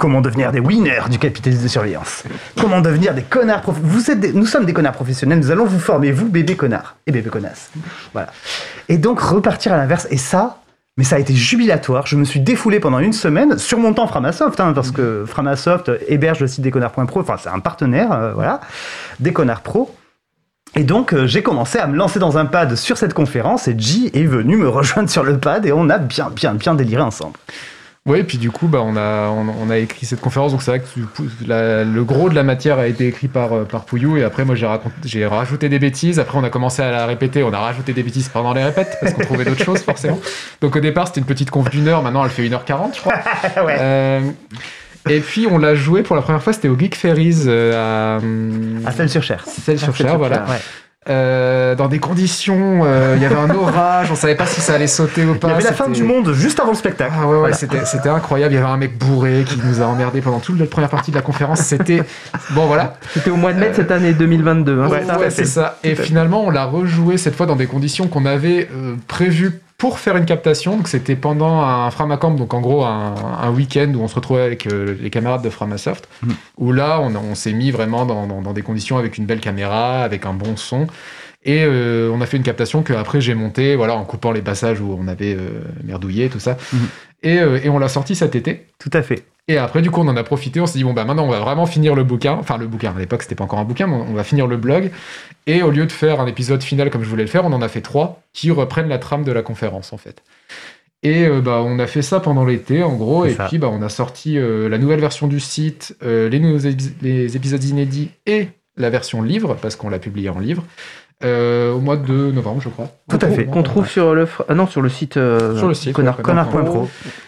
Comment devenir des winners du capitalisme de surveillance. Comment devenir des connards prof... vous êtes des... Nous sommes des connards professionnels, nous allons vous former, vous, bébés connards et bébés connasses. Voilà. Et donc, repartir à l'inverse. Et ça, mais ça a été jubilatoire. Je me suis défoulé pendant une semaine sur mon temps Framasoft, hein, parce que Framasoft héberge le site desconards point pro. Enfin, c'est un partenaire, euh, voilà, Desconards Pro. Et donc, euh, j'ai commencé à me lancer dans un pad sur cette conférence et J est venu me rejoindre sur le pad et on a bien, bien, bien déliré ensemble.
Oui, et puis du coup, bah, on, a, on, on a écrit cette conférence, donc c'est vrai que tu, la, le gros de la matière a été écrit par, par Pouillou, et après moi j'ai, raconté, j'ai rajouté des bêtises, après on a commencé à la répéter, on a rajouté des bêtises pendant les répètes, parce qu'on trouvait d'autres choses forcément. Donc au départ c'était une petite conf d'une heure, maintenant elle fait une heure quarante je crois. Ouais. Euh, et puis on l'a joué pour la première fois, c'était au Geek Ferries euh, à...
à Celles-sur-Cher.
Celles-sur-Cher, voilà. Ouais. Euh, dans des conditions, il euh, y avait un orage, on savait pas si ça allait sauter ou pas.
Il y avait
c'était...
la fin du monde juste avant le spectacle.
Ah ouais, ouais,
voilà.
c'était, c'était incroyable. Il y avait un mec bourré qui nous a emmerdé pendant toute la première partie de la conférence. C'était bon, voilà.
C'était au mois de mai de cette année deux mille vingt-deux. Hein,
ouais,
ça,
ouais, c'est ça. Et finalement, on l'a rejoué cette fois dans des conditions qu'on avait euh, prévues pour faire une captation. Donc c'était pendant un Framacamp, donc en gros un, un week-end où on se retrouvait avec euh, les camarades de Framasoft, mmh. où là on, on s'est mis vraiment dans, dans, dans des conditions avec une belle caméra, avec un bon son. Et euh, on a fait une captation que après j'ai montée, voilà, en coupant les passages où on avait euh, merdouillé, tout ça. Mmh. Et, euh, et on l'a sorti cet été.
Tout à fait.
Et après, du coup, on en a profité. On s'est dit, bon, bah maintenant, on va vraiment finir le bouquin. Enfin, le bouquin, à l'époque, c'était pas encore un bouquin, mais on va finir le blog. Et au lieu de faire un épisode final comme je voulais le faire, on en a fait trois qui reprennent la trame de la conférence, en fait. Et euh, bah, on a fait ça pendant l'été, en gros. C'est et ça. Puis, bah, on a sorti euh, la nouvelle version du site, euh, les, nouveaux épis- les épisodes inédits et la version livre, parce qu'on l'a publié en livre. Euh, au mois de novembre, je crois.
Tout à fait. Qu'on trouve sur le, ah non, sur le site, euh,
sur le site
Connard point pro.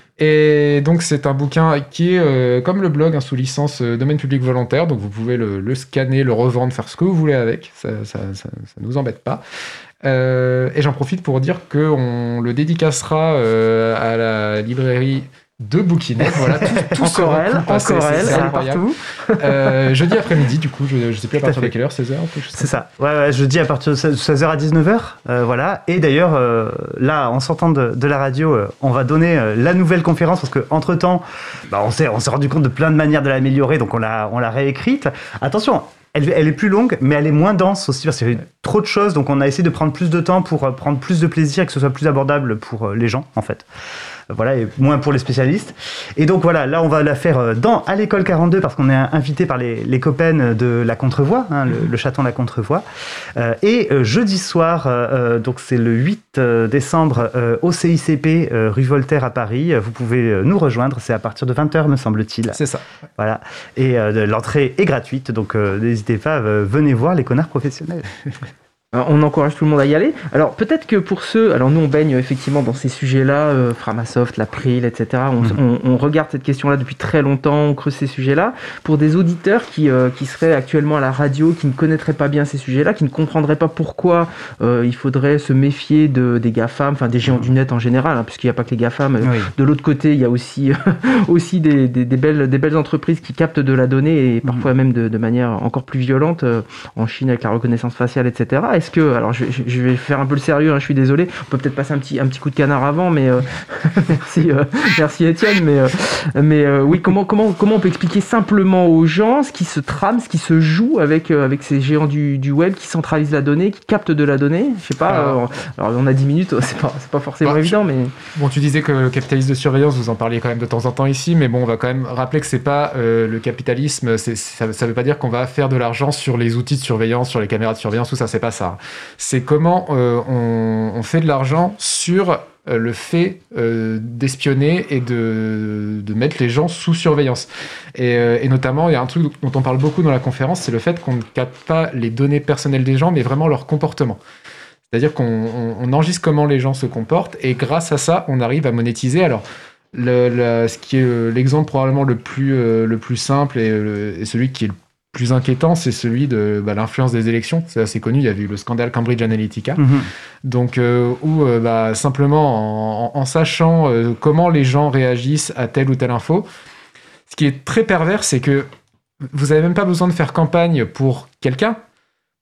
Et donc, c'est un bouquin qui est euh, comme le blog, hein, sous licence euh, domaine public volontaire. Donc, vous pouvez le, le scanner, le revendre, faire ce que vous voulez avec. Ça ne nous embête pas. Euh, et j'en profite pour dire qu'on le dédicacera euh, à la librairie de Bouquinette, voilà, tout, tout
encore elle, encore c'est, elle, c'est elle partout.
Euh, jeudi après-midi, du coup, je ne sais plus à partir de quelle heure, seize heures
C'est ça, ouais, ouais, jeudi à partir de seize heures à dix-neuf heures, euh, voilà. Et d'ailleurs, euh, là, en sortant de, de la radio, euh, on va donner euh, la nouvelle conférence, parce qu'entre-temps, bah, on, s'est, on s'est rendu compte de plein de manières de l'améliorer, donc on l'a, on l'a réécrite. Attention, elle, elle est plus longue, mais elle est moins dense aussi, parce qu'il y a trop de choses, donc on a essayé de prendre plus de temps pour euh, prendre plus de plaisir et que ce soit plus abordable pour euh, les gens, en fait. Voilà, et moins pour les spécialistes. Et donc voilà, là on va la faire dans à l'école quarante-deux parce qu'on est invité par les, les copains de la Contrevoix, hein, le, le chaton de la Contrevoix. Euh, et euh, jeudi soir, euh, donc c'est le huit décembre, euh, au C I C P, euh, rue Voltaire à Paris. Vous pouvez nous rejoindre, c'est à partir de vingt heures me semble-t-il.
C'est ça.
Voilà, et euh, l'entrée est gratuite, donc euh, n'hésitez pas, euh, venez voir les connards professionnels.
On encourage tout le monde à y aller. Alors peut-être que pour ceux, alors nous on baigne effectivement dans ces sujets-là, euh, Framasoft, l'April, et cetera. On, mmh. on, on regarde cette question-là depuis très longtemps, on creuse ces sujets-là. Pour des auditeurs qui, euh, qui seraient actuellement à la radio, qui ne connaîtraient pas bien ces sujets-là, qui ne comprendraient pas pourquoi euh, il faudrait se méfier de, des GAFAM, enfin des géants du net en général, hein, puisqu'il n'y a pas que les GAFAM. Oui. De l'autre côté, il y a aussi, aussi des, des, des, belles, des belles entreprises qui captent de la donnée et parfois mmh. même de, de manière encore plus violente, euh, en Chine avec la reconnaissance faciale, et cetera. Est-ce que, alors je, je vais faire un peu le sérieux, hein, je suis désolé, on peut peut-être passer un petit, un petit coup de canard avant, mais euh, merci, euh, merci Étienne, mais, euh, mais euh, oui, comment, comment, comment on peut expliquer simplement aux gens ce qui se trame, ce qui se joue avec, euh, avec ces géants du, du web qui centralisent la donnée, qui captent de la donnée, je sais pas, alors, euh, alors on a dix minutes, c'est pas, c'est pas forcément bah, évident, mais...
Bon, tu disais que le capitalisme de surveillance, vous en parliez quand même de temps en temps ici, mais bon, on va quand même rappeler que c'est pas euh, le capitalisme, c'est, ça, ça veut pas dire qu'on va faire de l'argent sur les outils de surveillance, sur les caméras de surveillance, tout ça, c'est pas ça. C'est comment euh, on, on fait de l'argent sur euh, le fait euh, d'espionner et de, de mettre les gens sous surveillance. Et, euh, et notamment, il y a un truc dont on parle beaucoup dans la conférence, c'est le fait qu'on ne capte pas les données personnelles des gens, mais vraiment leur comportement. C'est-à-dire qu'on on, on enregistre comment les gens se comportent, et grâce à ça, on arrive à monétiser. Alors, le, le, ce qui est l'exemple probablement le plus, euh, le plus simple et, le, et celui qui est le plus inquiétant, c'est celui de bah, l'influence des élections. C'est assez connu, il y a eu le scandale Cambridge Analytica. Mmh. Donc, euh, où euh, bah, simplement, en, en sachant euh, comment les gens réagissent à telle ou telle info, ce qui est très pervers, c'est que vous n'avez même pas besoin de faire campagne pour quelqu'un.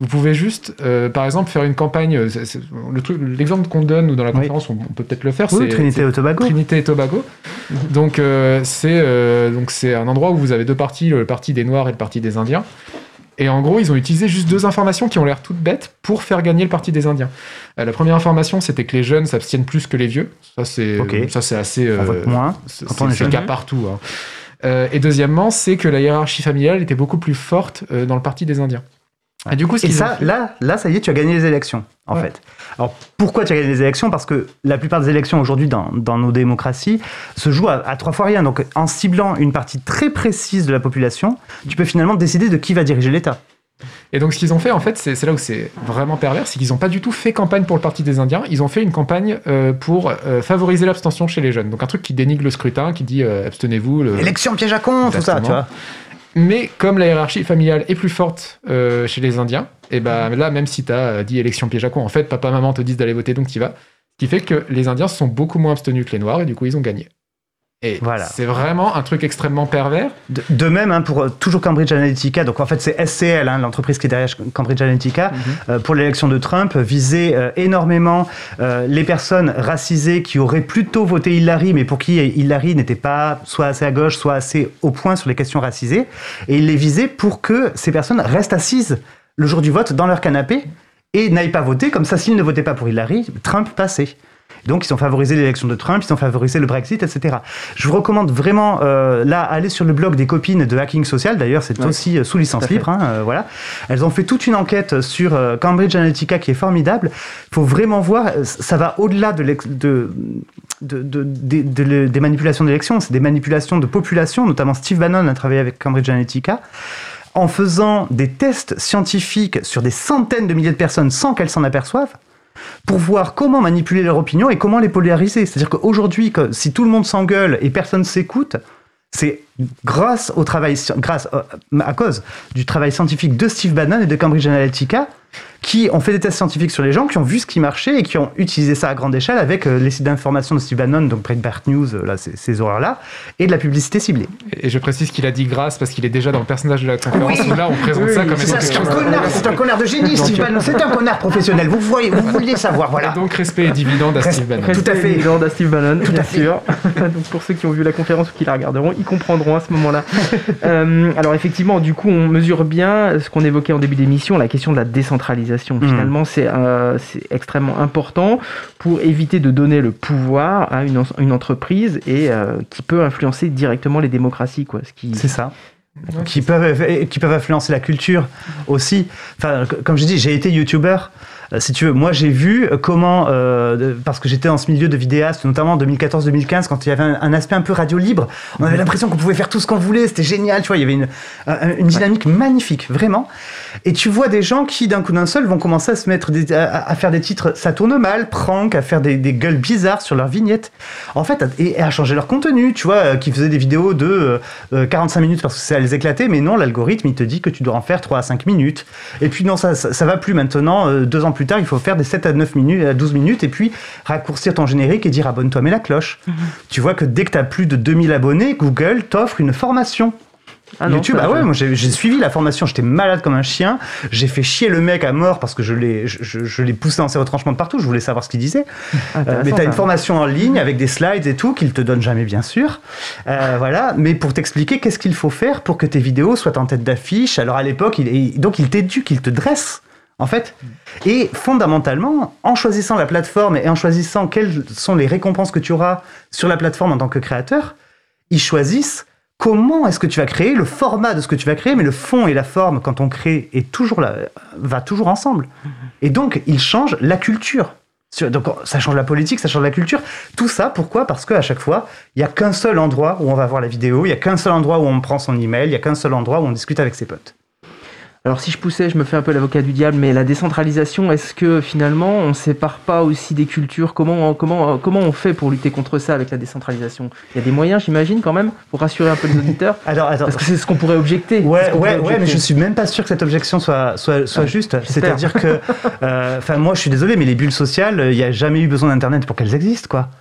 Vous pouvez juste, euh, par exemple, faire une campagne. C'est, c'est, le truc, l'exemple qu'on donne nous dans la conférence, oui. on, on peut peut-être le faire.
Oui,
c'est
Trinité et Tobago.
Trinité et Tobago. Mm-hmm. Donc, euh, c'est, euh, donc c'est un endroit où vous avez deux partis, le parti des Noirs et le parti des Indiens. Et en gros, ils ont utilisé juste deux informations qui ont l'air toutes bêtes pour faire gagner le parti des Indiens. Euh, la première information, c'était que les jeunes s'abstiennent plus que les vieux. Ça, c'est, okay. ça, c'est assez. Euh,
on vote moins.
C'est, c'est, c'est le cas partout. Hein. Euh, et deuxièmement, c'est que la hiérarchie familiale était beaucoup plus forte euh, dans le parti des Indiens.
Et du coup, ce et ça, fait... là, là, ça y est, tu as gagné les élections, en ouais. fait. Alors, pourquoi tu as gagné les élections ? Parce que la plupart des élections aujourd'hui dans, dans nos démocraties se jouent à, à trois fois rien. Donc, en ciblant une partie très précise de la population, tu peux finalement décider de qui va diriger l'État.
Et donc, ce qu'ils ont fait, en fait, c'est, c'est là où c'est vraiment pervers, c'est qu'ils n'ont pas du tout fait campagne pour le Parti des Indiens. Ils ont fait une campagne euh, pour euh, favoriser l'abstention chez les jeunes. Donc, un truc qui dénigre le scrutin, qui dit euh, abstenez-vous. Le...
Élection piège à con, tout ça, tu vois.
Mais comme la hiérarchie familiale est plus forte euh, chez les Indiens, et ben là, même si tu as dit élection piège à con, en fait, papa, maman te disent d'aller voter, donc tu y vas. Ce qui fait que les Indiens se sont beaucoup moins abstenus que les Noirs, et du coup, ils ont gagné. Et voilà. C'est vraiment un truc extrêmement pervers.
De, de même, hein, pour euh, toujours Cambridge Analytica, donc en fait c'est S C L, hein, l'entreprise qui est derrière Cambridge Analytica, mm-hmm. euh, pour l'élection de Trump, visait euh, énormément euh, les personnes racisées qui auraient plutôt voté Hillary, mais pour qui Hillary n'était pas soit assez à gauche, soit assez au point sur les questions racisées. Et il les visait pour que ces personnes restent assises le jour du vote dans leur canapé et n'aillent pas voter. Comme ça, s'ils ne votaient pas pour Hillary, Trump passait. Donc, ils ont favorisé l'élection de Trump, ils ont favorisé le Brexit, et cetera. Je vous recommande vraiment, euh, là, aller sur le blog des copines de Hacking Social. D'ailleurs, c'est ouais. aussi euh, sous licence libre. Hein, euh, voilà. Elles ont fait toute une enquête sur euh, Cambridge Analytica qui est formidable. Il faut vraiment voir, ça va au-delà de, de, de, de, de, de, des manipulations d'élections. C'est des manipulations de population, notamment Steve Bannon a travaillé avec Cambridge Analytica, en faisant des tests scientifiques sur des centaines de milliers de personnes sans qu'elles s'en aperçoivent, pour voir comment manipuler leur opinion et comment les polariser. C'est-à-dire qu'aujourd'hui, si tout le monde s'engueule et personne s'écoute, c'est grâce au travail, grâce à cause du travail scientifique de Steve Bannon et de Cambridge Analytica, qui ont fait des tests scientifiques sur les gens, qui ont vu ce qui marchait et qui ont utilisé ça à grande échelle avec euh, les sites d'information de Steve Bannon, donc Breitbart News, euh, là, ces, ces horreurs-là, et de la publicité ciblée.
Et je précise qu'il a dit grâce parce qu'il est déjà dans le personnage de la conférence
oui.
où là on présente oui, ça comme
c'est,
étant
c'est, un connard, c'est un connard de génie, Steve Bannon, c'est un connard professionnel, vous, voyez, vous vouliez savoir, voilà.
Et donc respect et dividende à Steve Bannon.
Respect
Tout à fait.
Et dividende à Steve Bannon, tout bien à sûr. Donc pour ceux qui ont vu la conférence ou qui la regarderont, ils comprendront à ce moment-là. euh, alors effectivement, du coup, on mesure bien ce qu'on évoquait en début d'émission, la question de la décentralisation. Mmh. Finalement, c'est, euh, c'est extrêmement important pour éviter de donner le pouvoir à une, une entreprise et euh, qui peut influencer directement les démocraties, quoi. Ce qui...
C'est ça. Qui peuvent, qui peuvent influencer la culture aussi. Enfin, comme je dis, j'ai été youtubeur. Si tu veux, moi j'ai vu comment, euh, parce que j'étais dans ce milieu de vidéastes, notamment en deux mille quatorze deux mille quinze, quand il y avait un, un aspect un peu radio libre, on avait l'impression qu'on pouvait faire tout ce qu'on voulait, c'était génial, tu vois, il y avait une, une dynamique magnifique, vraiment. Et tu vois des gens qui, d'un coup d'un seul, vont commencer à se mettre des, à, à faire des titres, ça tourne mal, prank, à faire des, des gueules bizarres sur leurs vignettes, en fait, et, et à changer leur contenu, tu vois, qui faisaient des vidéos de euh, quarante-cinq minutes parce que ça les éclatait, mais non, l'algorithme, il te dit que tu dois en faire trois à cinq minutes. Et puis non, ça, ça, ça va plus maintenant, euh, deux ans plus tard, il faut faire des sept à neuf minutes, à douze minutes, et puis raccourcir ton générique et dire abonne-toi, mets la cloche. Mmh. Tu vois que dès que tu as plus de deux mille abonnés, Google t'offre une formation. Ah non, YouTube, ah ouais, moi j'ai, j'ai suivi la formation, j'étais malade comme un chien, j'ai fait chier le mec à mort parce que je l'ai, je, je, je l'ai poussé dans ses retranchements de partout, je voulais savoir ce qu'il disait. Euh, mais t'as une formation en ligne avec des slides et tout, qu'il te donne jamais bien sûr. Euh, voilà, mais pour t'expliquer qu'est-ce qu'il faut faire pour que tes vidéos soient en tête d'affiche. Alors à l'époque, il, donc il t'éduque, il te dresse. En fait, et fondamentalement, en choisissant la plateforme et en choisissant quelles sont les récompenses que tu auras sur la plateforme en tant que créateur, ils choisissent comment est-ce que tu vas créer, le format de ce que tu vas créer, mais le fond et la forme, quand on crée, est toujours là, va toujours ensemble. Et donc, ils changent la culture. Donc, ça change la politique, ça change la culture. Tout ça, pourquoi ? Parce qu'à chaque fois, il n'y a qu'un seul endroit où on va voir la vidéo, il n'y a qu'un seul endroit où on prend son email, il n'y a qu'un seul endroit où on discute avec ses potes.
Alors si je poussais, je me fais un peu l'avocat du diable, mais la décentralisation, est-ce que finalement on ne sépare pas aussi des cultures ? Comment, comment, comment on fait pour lutter contre ça avec la décentralisation ? Il y a des moyens, j'imagine, quand même, pour rassurer un peu les auditeurs.
Alors, attends.
Parce que c'est ce qu'on pourrait objecter.
Ouais,
ouais,
ouais, ouais, mais je suis même pas sûr que cette objection soit, soit, soit ah, juste. J'espère. C'est-à-dire que, enfin, euh, moi, je suis désolé, mais les bulles sociales, il n'y a jamais eu besoin d'Internet pour qu'elles existent, quoi.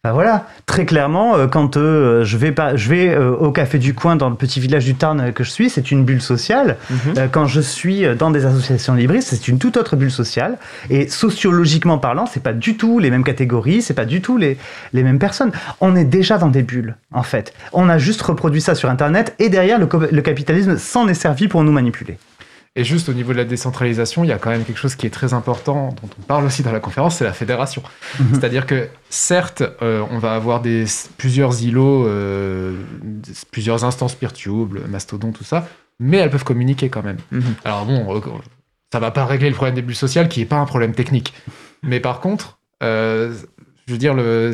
Ben voilà, très clairement, euh, quand euh, je vais, pas, je vais euh, au café du coin dans le petit village du Tarn que je suis, c'est une bulle sociale. Mm-hmm. Euh, quand je suis dans des associations libristes, c'est une toute autre bulle sociale. Et sociologiquement parlant, c'est pas du tout les mêmes catégories, c'est pas du tout les, les mêmes personnes. On est déjà dans des bulles, en fait. On a juste reproduit ça sur Internet et derrière, le, co- le capitalisme s'en est servi pour nous manipuler.
Et juste au niveau de la décentralisation, il y a quand même quelque chose qui est très important, dont on parle aussi dans la conférence, c'est la fédération. Mmh. C'est-à-dire que, certes, euh, on va avoir des, plusieurs îlots, euh, plusieurs instances Peertube, Mastodon, tout ça, mais elles peuvent communiquer quand même. Mmh. Alors bon, euh, ça va pas régler le problème des bulles sociales, qui n'est pas un problème technique. Mais par contre, euh, je veux dire, le,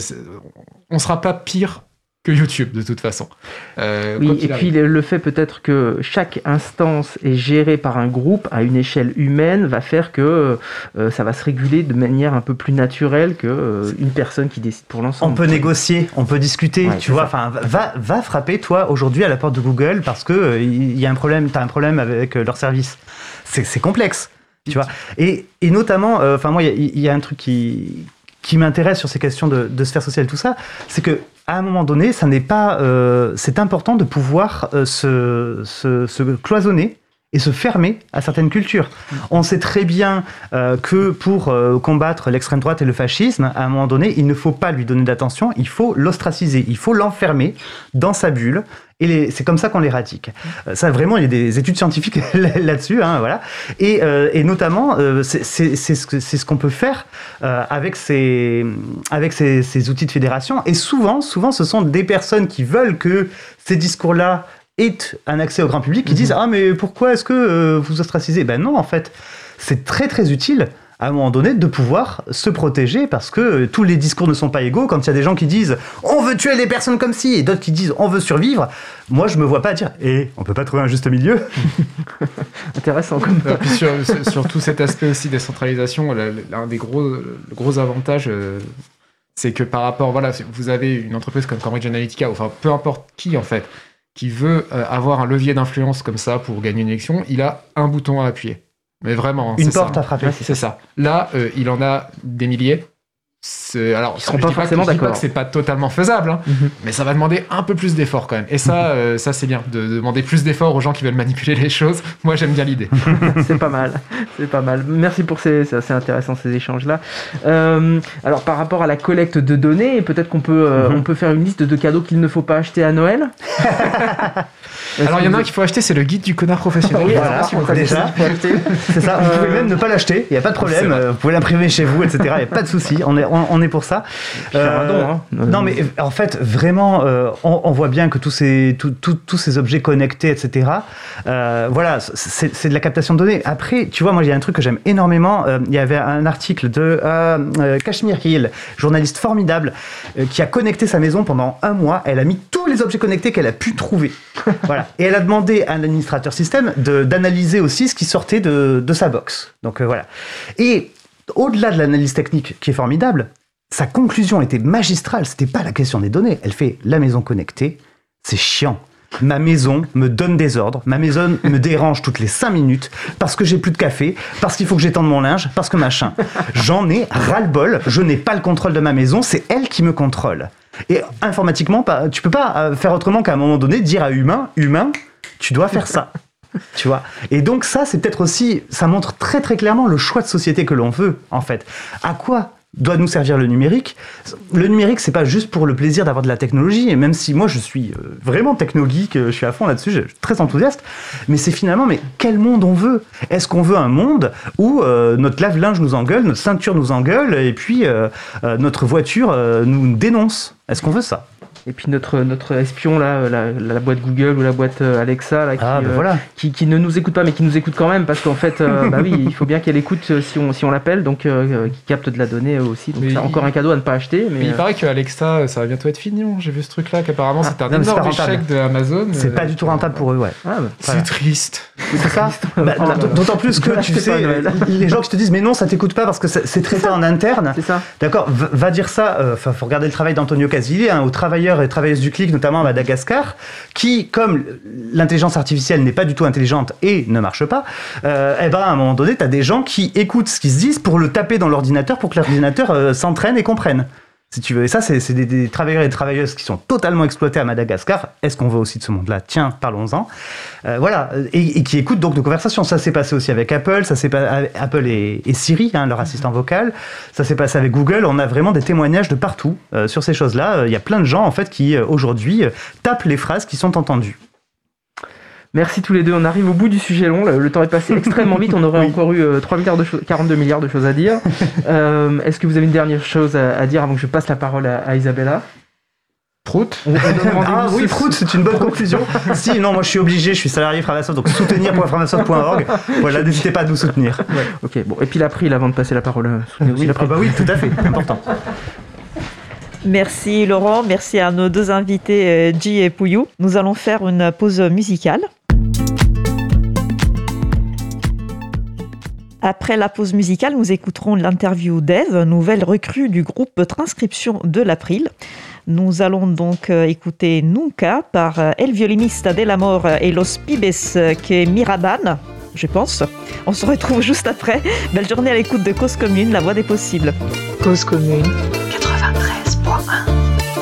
on ne sera pas pire que YouTube de toute façon.
Euh, oui, et puis le, le fait peut-être que chaque instance est gérée par un groupe à une échelle humaine va faire que euh, ça va se réguler de manière un peu plus naturelle que euh, une personne qui décide pour l'ensemble.
On peut négocier, on peut discuter,
ouais,
tu vois. Enfin, va, va frapper toi aujourd'hui à la porte de Google parce que euh, il y a un problème, t'as un problème avec euh, leur service. C'est, c'est complexe, tu vois. Et, et notamment, enfin euh, moi, il y, y a un truc qui qui m'intéresse sur ces questions de, de sphère sociale, tout ça, c'est que à un moment donné, ça n'est pas, euh, c'est important de pouvoir euh, se, se, se cloisonner et se fermer à certaines cultures. On sait très bien euh, que pour euh, combattre l'extrême droite et le fascisme, à un moment donné, il ne faut pas lui donner d'attention, il faut l'ostraciser, il faut l'enfermer dans sa bulle. Et les, c'est comme ça qu'on l'éradicque. Euh, ça, vraiment, il y a des études scientifiques là-dessus, hein, voilà. Et, euh, et notamment, euh, c'est, c'est, c'est, ce que, c'est ce qu'on peut faire euh, avec, ces, avec ces, ces outils de fédération. Et souvent, souvent, ce sont des personnes qui veulent que ces discours-là aient un accès au grand public, qui mmh. disent « Ah, mais pourquoi est-ce que euh, vous ostracisez ?» Ben non, en fait, c'est très, très utile à un moment donné, de pouvoir se protéger parce que tous les discours ne sont pas égaux. Quand il y a des gens qui disent « on veut tuer les personnes comme ci » et d'autres qui disent « on veut survivre », moi, je me vois pas dire « eh, on peut pas trouver un juste milieu ?»
Intéressant comme ça.
Et puis sur, sur tout cet aspect aussi décentralisation, l'un des gros, le gros avantages, euh, c'est que par rapport, voilà, vous avez une entreprise comme Cambridge Analytica, enfin peu importe qui en fait, qui veut euh, avoir un levier d'influence comme ça pour gagner une élection, il a un bouton à appuyer. Mais vraiment,
une
c'est
porte
ça.
à frapper.
Ouais, c'est, c'est ça. Là, euh, il en a des milliers. C'est... Alors,
ils seront pas forcément
pas,
d'accord.
Pas que c'est pas totalement faisable, hein, mm-hmm. mais ça va demander un peu plus d'efforts quand même. Et ça, euh, ça c'est bien de demander plus d'efforts aux gens qui veulent manipuler les choses. Moi, j'aime bien l'idée.
C'est pas mal, c'est pas mal. Merci pour ces, c'est assez intéressant ces échanges-là. Euh, alors, par rapport à la collecte de données, peut-être qu'on peut, euh, mm-hmm. on peut faire une liste de cadeaux qu'il ne faut pas acheter à Noël.
Alors, il y en a un qu'il faut acheter, c'est le guide du connard professionnel.
Oui, voilà, si vous déjà. C'est ça. Vous pouvez même ne pas l'acheter. Il y a pas de problème. Vous pouvez l'imprimer chez vous, et cetera. Il y a pas de souci. On est, on, on est pour ça. Euh, don, hein. Non, mais en fait, vraiment, euh, on, on voit bien que tous ces, tout, tout, tous ces objets connectés, et cetera. Euh, voilà, c'est, c'est de la captation de données. Après, tu vois, moi, il y a un truc que j'aime énormément. Euh, il y avait un article de euh, euh, Kashmir Hill, journaliste formidable, euh, qui a connecté sa maison pendant un mois. Elle a mis tous les objets connectés qu'elle a pu trouver. Voilà. Et elle a demandé à un administrateur système de, d'analyser aussi ce qui sortait de, de sa box. Donc euh, voilà. Et au-delà de l'analyse technique, qui est formidable, sa conclusion était magistrale. C'était pas la question des données. Elle fait la maison connectée, c'est chiant. Ma maison me donne des ordres. Ma maison me dérange toutes les cinq minutes parce que j'ai plus de café, parce qu'il faut que j'étende mon linge, parce que machin. J'en ai ras-le-bol. Je n'ai pas le contrôle de ma maison. C'est elle qui me contrôle. Et informatiquement, tu peux pas faire autrement qu'à un moment donné dire à humain, humain, tu dois faire ça. Tu vois. Et donc ça, c'est peut-être aussi, ça montre très très clairement le choix de société que l'on veut, en fait. À quoi doit nous servir le numérique? Le numérique, c'est pas juste pour le plaisir d'avoir de la technologie, et même si moi je suis vraiment techno-geek, je suis à fond là-dessus, je suis très enthousiaste, mais c'est finalement, mais quel monde on veut? Est-ce qu'on veut un monde où euh, notre lave-linge nous engueule, notre ceinture nous engueule, et puis euh, euh, notre voiture euh, nous dénonce? Est-ce qu'on veut ça?
Et puis notre, notre espion, là, la, la boîte Google ou la boîte Alexa, là, qui,
ah, ben voilà.
euh, qui, qui ne nous écoute pas, mais qui nous écoute quand même, parce qu'en fait, euh, bah oui, il faut bien qu'elle écoute si on, si on l'appelle, donc euh, qui capte de la donnée aussi. Donc c'est il, encore un cadeau à ne pas acheter. Mais,
mais il
euh...
paraît que Alexa, ça va bientôt être fini. J'ai vu ce truc-là, qu'apparemment ah, c'est un
non,
énorme
c'est
échec de Amazon.
C'est euh... pas du tout rentable pour eux, ouais.
Ah, bah,
c'est voilà. Triste.
C'est ça. Bah, d'autant plus que tu sais, les gens qui te disent mais non, ça t'écoute pas parce que c'est traité en interne.
C'est ça.
D'accord. Va dire ça. Enfin, faut regarder le travail d'Antonio Casilli, hein, aux travailleurs et travailleuses du clic, notamment à Madagascar, qui, comme l'intelligence artificielle n'est pas du tout intelligente et ne marche pas, euh, eh ben, à un moment donné, tu as des gens qui écoutent ce qu'ils se disent pour le taper dans l'ordinateur pour que l'ordinateur euh, s'entraîne et comprenne. si tu veux. Et ça, c'est, c'est des, des travailleurs et des travailleuses qui sont totalement exploités à Madagascar. Est-ce qu'on veut aussi de ce monde-là ? Tiens, parlons-en. Euh, voilà, et, et qui écoutent donc nos conversations. Ça s'est passé aussi avec Apple, ça s'est passé Apple et, et Siri, hein, leur assistant vocal. Ça s'est passé avec Google. On a vraiment des témoignages de partout euh, sur ces choses-là. Il y a plein de gens en fait qui euh, aujourd'hui euh, tapent les phrases qui sont entendues.
Merci tous les deux. On arrive au bout du sujet long. Le, le temps est passé extrêmement vite. On aurait oui. encore eu euh, trois milliards de cho- quarante-deux milliards de choses à dire. euh, est-ce que vous avez une dernière chose à, à dire avant que je passe la parole à, à Isabella ?
Prout.
On, on
ah oui, Prout, c'est une bonne conclusion. Si, non, moi je suis obligé, je suis salarié Framasoft, donc soutenir point framasoft point org. Voilà, n'hésitez pas à nous soutenir.
Ouais. Ok, bon. Et puis l'April, avant de passer la parole.
Euh, oui, ah bah oui, tout à fait, important.
Merci Laurent, merci à nos deux invités, J et Pouillou. Nous allons faire une pause musicale. Après la pause musicale, nous écouterons l'interview d'Ève, nouvelle recrue du groupe Transcription de l'April. Nous allons donc écouter Nunca par El Violinista dell'Amor et Los Pibes que Miraban, je pense. On se retrouve juste après. Belle journée à l'écoute de Cause Commune, la voix des possibles.
Cause Commune quatre-vingt-treize point un.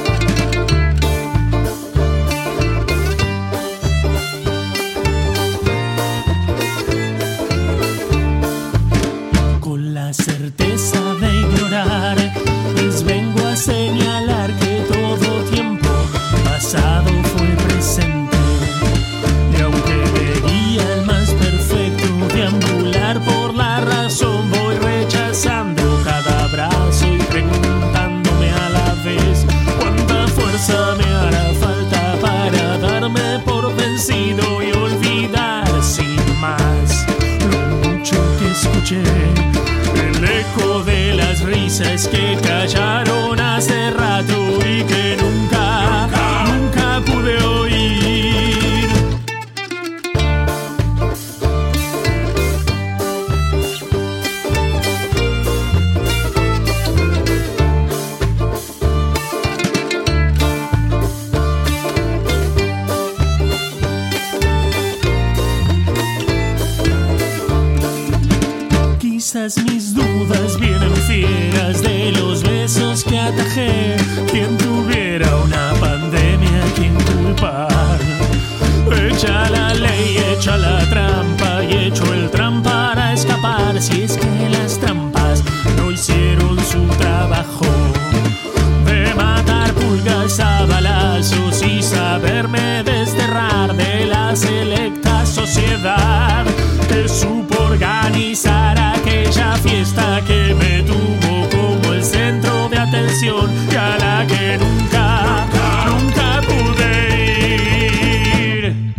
La certeza de ignorar, les vengo a señalar que todo tiempo pasado fue presente. Y aunque veía el más perfecto deambular por la razón, voy rechazando cada abrazo y preguntándome a la vez cuánta fuerza me hará falta para darme por vencido y olvidar sin más lo mucho que escuché. El eco de las risas que callaron hace rato y que nunca, nunca, nunca pude oír. Quizás mis dudas vienen fieras de los besos que atajé. Quien tuviera una pandemia, quien culpar. Echa la ley, echa la trampa y echo el trampa para escapar. Si es que las trampas no hicieron su trabajo de matar pulgas a balazos y saberme desterrar de la selecta sociedad que supo organizar aquella fiesta que me tuvo como el centro de atención y a la que nunca, nunca, nunca pude ir.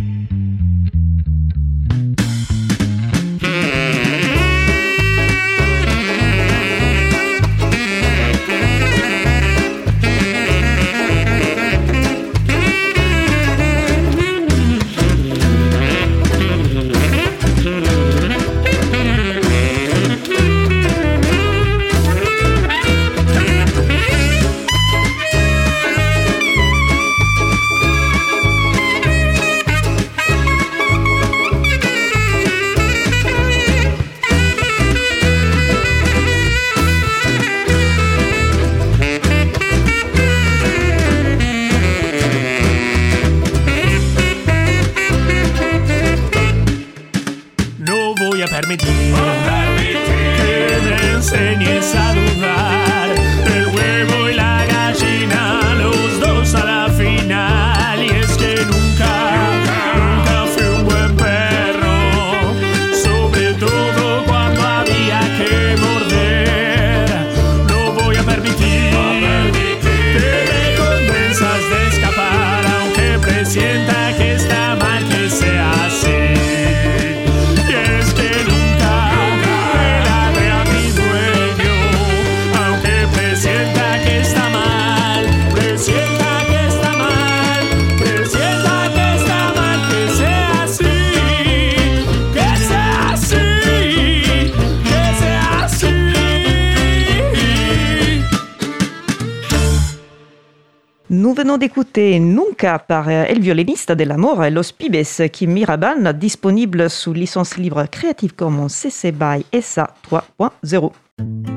Nous venons d'écouter Nunca par El Violinista dell'Amor et Los Pibes qui Miraban, disponible sous licence libre Creative Commons C C B Y S A trois point zéro.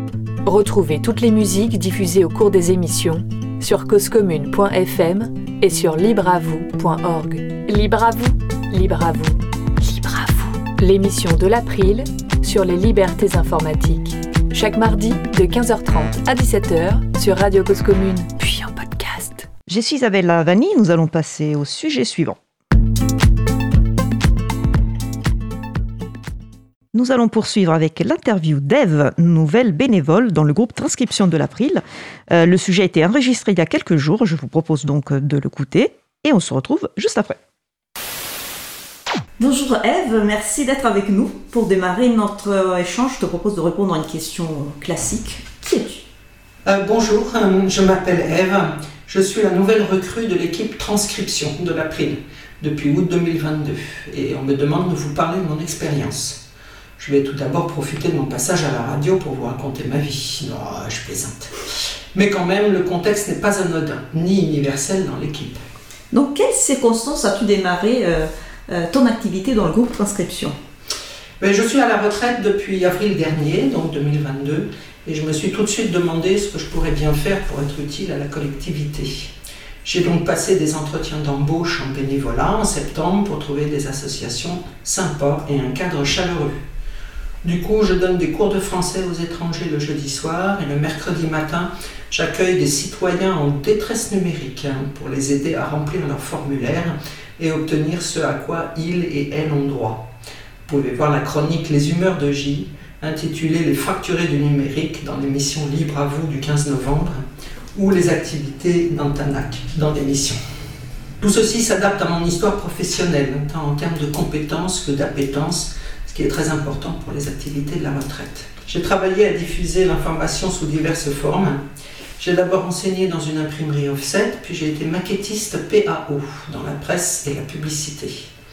Retrouvez toutes les musiques diffusées au cours des émissions sur cause commune point f m et sur libre à vous point org. Libre à vous, libre à vous, libre à vous. L'émission de l'April sur les libertés informatiques. Chaque mardi de quinze heures trente à dix-sept heures sur Radio Cause Commune, puis en podcast.
Je suis Isabella Vanni, nous allons passer au sujet suivant. Nous allons poursuivre avec l'interview d'Ève, nouvelle bénévole dans le groupe Transcription de l'April. Euh, le sujet a été enregistré il y a quelques jours, je vous propose donc de l'écouter et on se retrouve juste après.
Bonjour Ève, merci d'être avec nous. Pour démarrer notre échange, je te propose de répondre à une question classique. Qui es-tu ?
euh, Bonjour, euh, je m'appelle Ève. Je suis la nouvelle recrue de l'équipe Transcription de l'April depuis août deux mille vingt-deux et on me demande de vous parler de mon expérience. Je vais tout d'abord profiter de mon passage à la radio pour vous raconter ma vie. Non, je plaisante. Mais quand même, le contexte n'est pas anodin, ni universel dans l'équipe.
Donc, quelles circonstances as-tu démarré euh, euh, ton activité dans le groupe Transcription ?
Mais je suis à la retraite depuis avril dernier, donc deux mille vingt-deux, et je me suis tout de suite demandé ce que je pourrais bien faire pour être utile à la collectivité. J'ai donc passé des entretiens d'embauche en bénévolat en septembre pour trouver des associations sympas et un cadre chaleureux. Du coup, je donne des cours de français aux étrangers le jeudi soir et le mercredi matin, j'accueille des citoyens en détresse numérique pour les aider à remplir leur formulaire et obtenir ce à quoi ils et elles ont droit. Vous pouvez voir la chronique Les humeurs de J, intitulée Les fracturés du numérique dans l'émission Libre à vous du quinze novembre, ou les activités d'Antanac dans l'émission. Tout ceci s'adapte à mon histoire professionnelle, tant en termes de compétences que d'appétence, ce qui est très important pour les activités de la retraite. J'ai travaillé à diffuser l'information sous diverses formes. J'ai d'abord enseigné dans une imprimerie offset, puis j'ai été maquettiste P A O dans la presse et la publicité.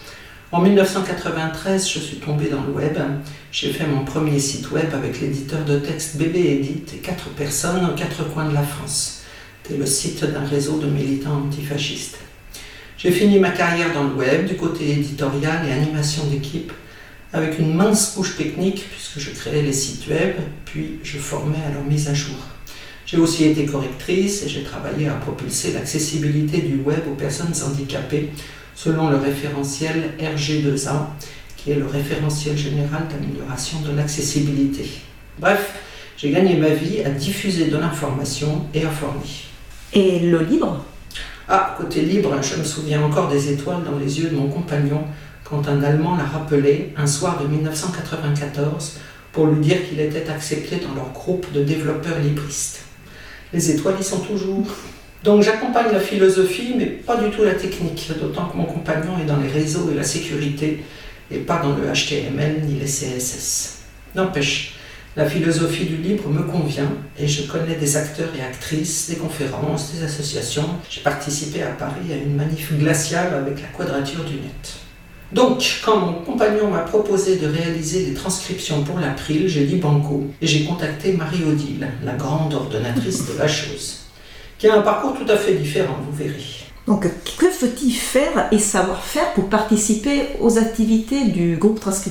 En dix-neuf cent quatre-vingt-treize, je suis tombée dans le web. J'ai fait mon premier site web avec l'éditeur de texte B B Edit et quatre personnes aux quatre coins de la France. C'était le site d'un réseau de militants antifascistes. J'ai fini ma carrière dans le web, du côté éditorial et animation d'équipe, avec une mince couche technique, puisque je créais les sites web, puis je formais à leur mise à jour. J'ai aussi été correctrice et j'ai travaillé à propulser l'accessibilité du web aux personnes handicapées, selon le référentiel R G deux A, qui est le référentiel général d'amélioration de l'accessibilité. Bref, j'ai gagné ma vie à diffuser de l'information et à former.
Et le libre ?
Ah, côté libre, je me souviens encore des étoiles dans les yeux de mon compagnon quand un Allemand l'a rappelé un soir de dix-neuf cent quatre-vingt-quatorze pour lui dire qu'il était accepté dans leur groupe de développeurs libristes. Les étoiles y sont toujours. Donc j'accompagne la philosophie, mais pas du tout la technique, d'autant que mon compagnon est dans les réseaux et la sécurité, et pas dans le H T M L ni les C S S. N'empêche, la philosophie du libre me convient, et je connais des acteurs et actrices, des conférences, des associations. J'ai participé à Paris à une manif glaciale avec la Quadrature du Net. Donc, quand mon compagnon m'a proposé de réaliser des transcriptions pour l'April, j'ai dit banco, et j'ai contacté Marie-Odile, la grande ordonnatrice de la chose, qui a un parcours tout à fait différent, vous verrez.
Donc, que faut-il faire et savoir faire pour participer aux activités du groupe Transcription ?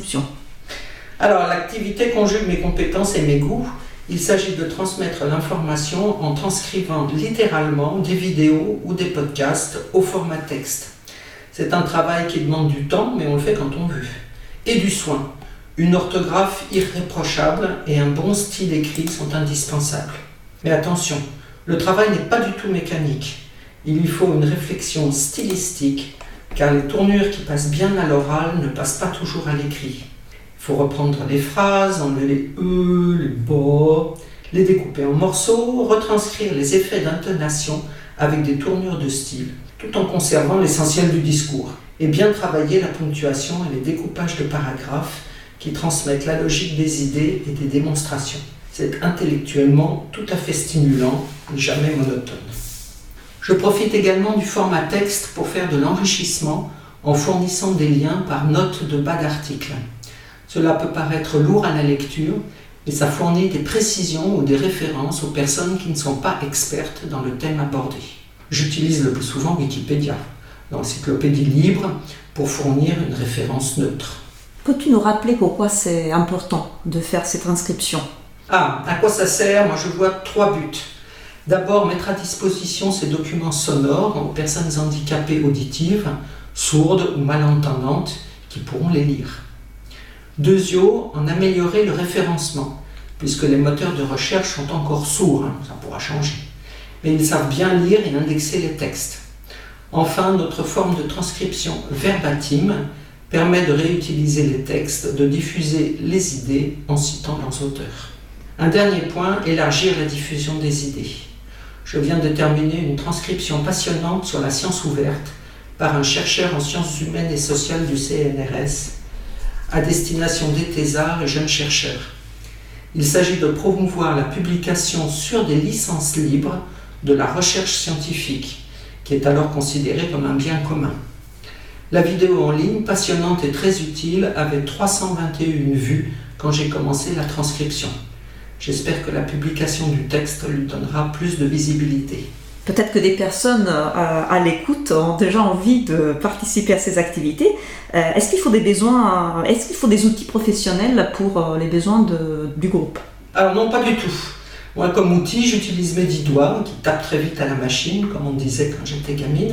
Alors, l'activité conjugue mes compétences et mes goûts. Il s'agit de transmettre l'information en transcrivant littéralement des vidéos ou des podcasts au format texte. C'est un travail qui demande du temps, mais on le fait quand on veut. Et du soin. Une orthographe irréprochable et un bon style écrit sont indispensables. Mais attention, le travail n'est pas du tout mécanique. Il lui faut une réflexion stylistique, car les tournures qui passent bien à l'oral ne passent pas toujours à l'écrit. Il faut reprendre les phrases, enlever les E, les bas, les découper en morceaux, retranscrire les effets d'intonation avec des tournures de style, tout en conservant l'essentiel du discours, et bien travailler la ponctuation et les découpages de paragraphes qui transmettent la logique des idées et des démonstrations. C'est intellectuellement tout à fait stimulant et jamais monotone. Je profite également du format texte pour faire de l'enrichissement en fournissant des liens par note de bas d'article. Cela peut paraître lourd à la lecture, mais ça fournit des précisions ou des références aux personnes qui ne sont pas expertes dans le thème abordé. J'utilise le plus souvent Wikipédia, l'encyclopédie libre, pour fournir une référence neutre.
Peux-tu nous rappeler pourquoi c'est important de faire ces transcriptions ?
Ah, à quoi ça sert? Moi je vois trois buts. D'abord, mettre à disposition ces documents sonores aux personnes handicapées auditives, sourdes ou malentendantes, qui pourront les lire. Deuxièmement, en améliorer le référencement, puisque les moteurs de recherche sont encore sourds, hein, ça pourra changer. Mais ils savent bien lire et indexer les textes. Enfin, notre forme de transcription verbatim permet de réutiliser les textes, de diffuser les idées en citant leurs auteurs. Un dernier point, élargir la diffusion des idées. Je viens de terminer une transcription passionnante sur la science ouverte par un chercheur en sciences humaines et sociales du C N R S, à destination des thésards et jeunes chercheurs. Il s'agit de promouvoir la publication sur des licences libres de la recherche scientifique, qui est alors considérée comme un bien commun. La vidéo en ligne, passionnante et très utile, avait trois cent vingt et une vues quand j'ai commencé la transcription. J'espère que la publication du texte lui donnera plus de visibilité.
Peut-être que des personnes euh, à l'écoute ont déjà envie de participer à ces activités. Euh, est-ce qu'il faut des besoins, est-ce qu'il faut des outils professionnels pour euh, les besoins de, du groupe?
Alors non, pas du tout. Moi, comme outil, j'utilise mes dix doigts qui tapent très vite à la machine, comme on disait quand j'étais gamine,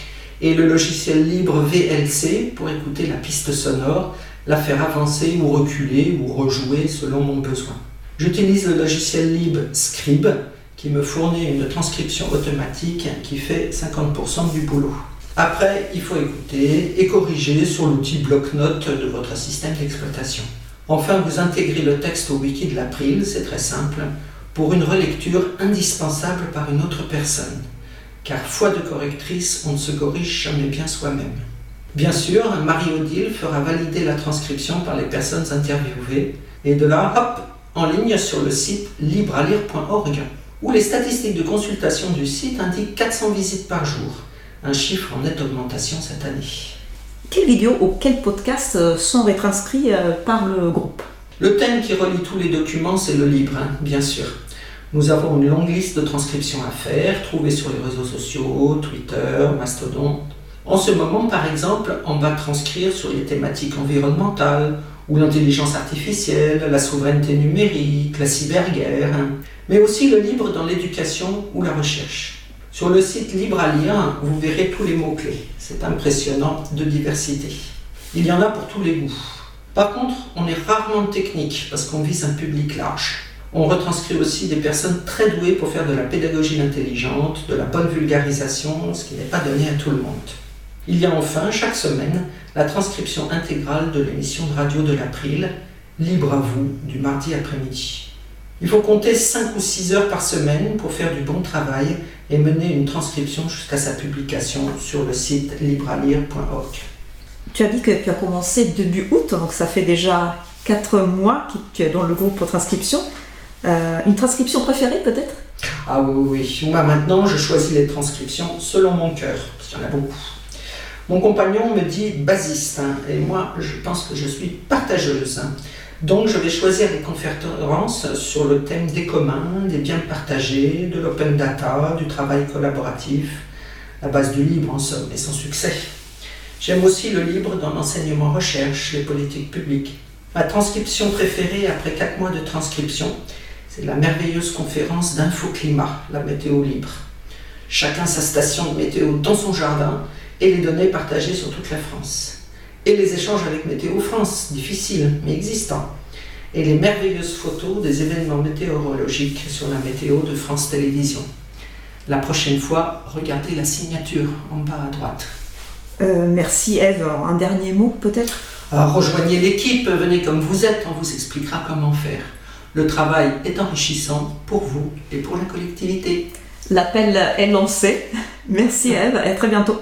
et le logiciel libre V L C pour écouter la piste sonore, la faire avancer ou reculer ou rejouer selon mon besoin. J'utilise le logiciel libre Scribe qui me fournit une transcription automatique qui fait cinquante pour cent du boulot. Après, il faut écouter et corriger sur l'outil bloc-notes de votre système d'exploitation. Enfin, vous intégrez le texte au wiki de l'April, c'est très simple, pour une relecture indispensable par une autre personne. Car foi de correctrice, on ne se corrige jamais bien soi-même. Bien sûr, Marie-Odile fera valider la transcription par les personnes interviewées, et de là, hop, en ligne sur le site libre à lire point org, où les statistiques de consultation du site indiquent quatre cents visites par jour, un chiffre en nette augmentation cette année.
Quelles vidéos ou quels podcasts sont retranscrits par le groupe?
Le thème qui relie tous les documents, c'est le libre, hein, bien sûr. Nous avons une longue liste de transcriptions à faire, trouvées sur les réseaux sociaux, Twitter, Mastodon. En ce moment, par exemple, on va transcrire sur les thématiques environnementales, ou l'intelligence artificielle, la souveraineté numérique, la cyberguerre, hein, mais aussi le libre dans l'éducation ou la recherche. Sur le site Libre à lire, vous verrez tous les mots-clés. C'est impressionnant de diversité. Il y en a pour tous les goûts. Par contre, on est rarement technique parce qu'on vise un public large. On retranscrit aussi des personnes très douées pour faire de la pédagogie intelligente, de la bonne vulgarisation, ce qui n'est pas donné à tout le monde. Il y a enfin, chaque semaine, la transcription intégrale de l'émission de radio de l'April, Libre à vous, du mardi après-midi. Il faut compter cinq ou six heures par semaine pour faire du bon travail et mener une transcription jusqu'à sa publication sur le site libre à lire point org.
Tu as dit que tu as commencé début août, donc ça fait déjà quatre mois que tu es dans le groupe pour transcription. Euh, une transcription préférée peut-être?
Ah oui, oui. Moi maintenant, je choisis les transcriptions selon mon cœur, parce qu'il y en a beaucoup. Mon compagnon me dit basiste, hein, et moi je pense que je suis partageuse. Hein. Donc je vais choisir des conférences sur le thème des communs, des biens partagés, de l'open data, du travail collaboratif, la base du libre en somme et son succès. J'aime aussi le libre dans l'enseignement recherche, les politiques publiques. Ma transcription préférée après quatre mois de transcription, c'est la merveilleuse conférence d'Infoclimat, la météo libre. Chacun sa station de météo dans son jardin et les données partagées sur toute la France. Et les échanges avec Météo France, difficiles mais existants. Et les merveilleuses photos des événements météorologiques sur la météo de France Télévisions. La prochaine fois, regardez la signature en bas à droite.
Euh, merci Ève. Un dernier mot peut-être?
Alors, rejoignez l'équipe, venez comme vous êtes, on vous expliquera comment faire. Le travail est enrichissant pour vous et pour la collectivité.
L'appel est lancé. Merci Ève, et à très bientôt.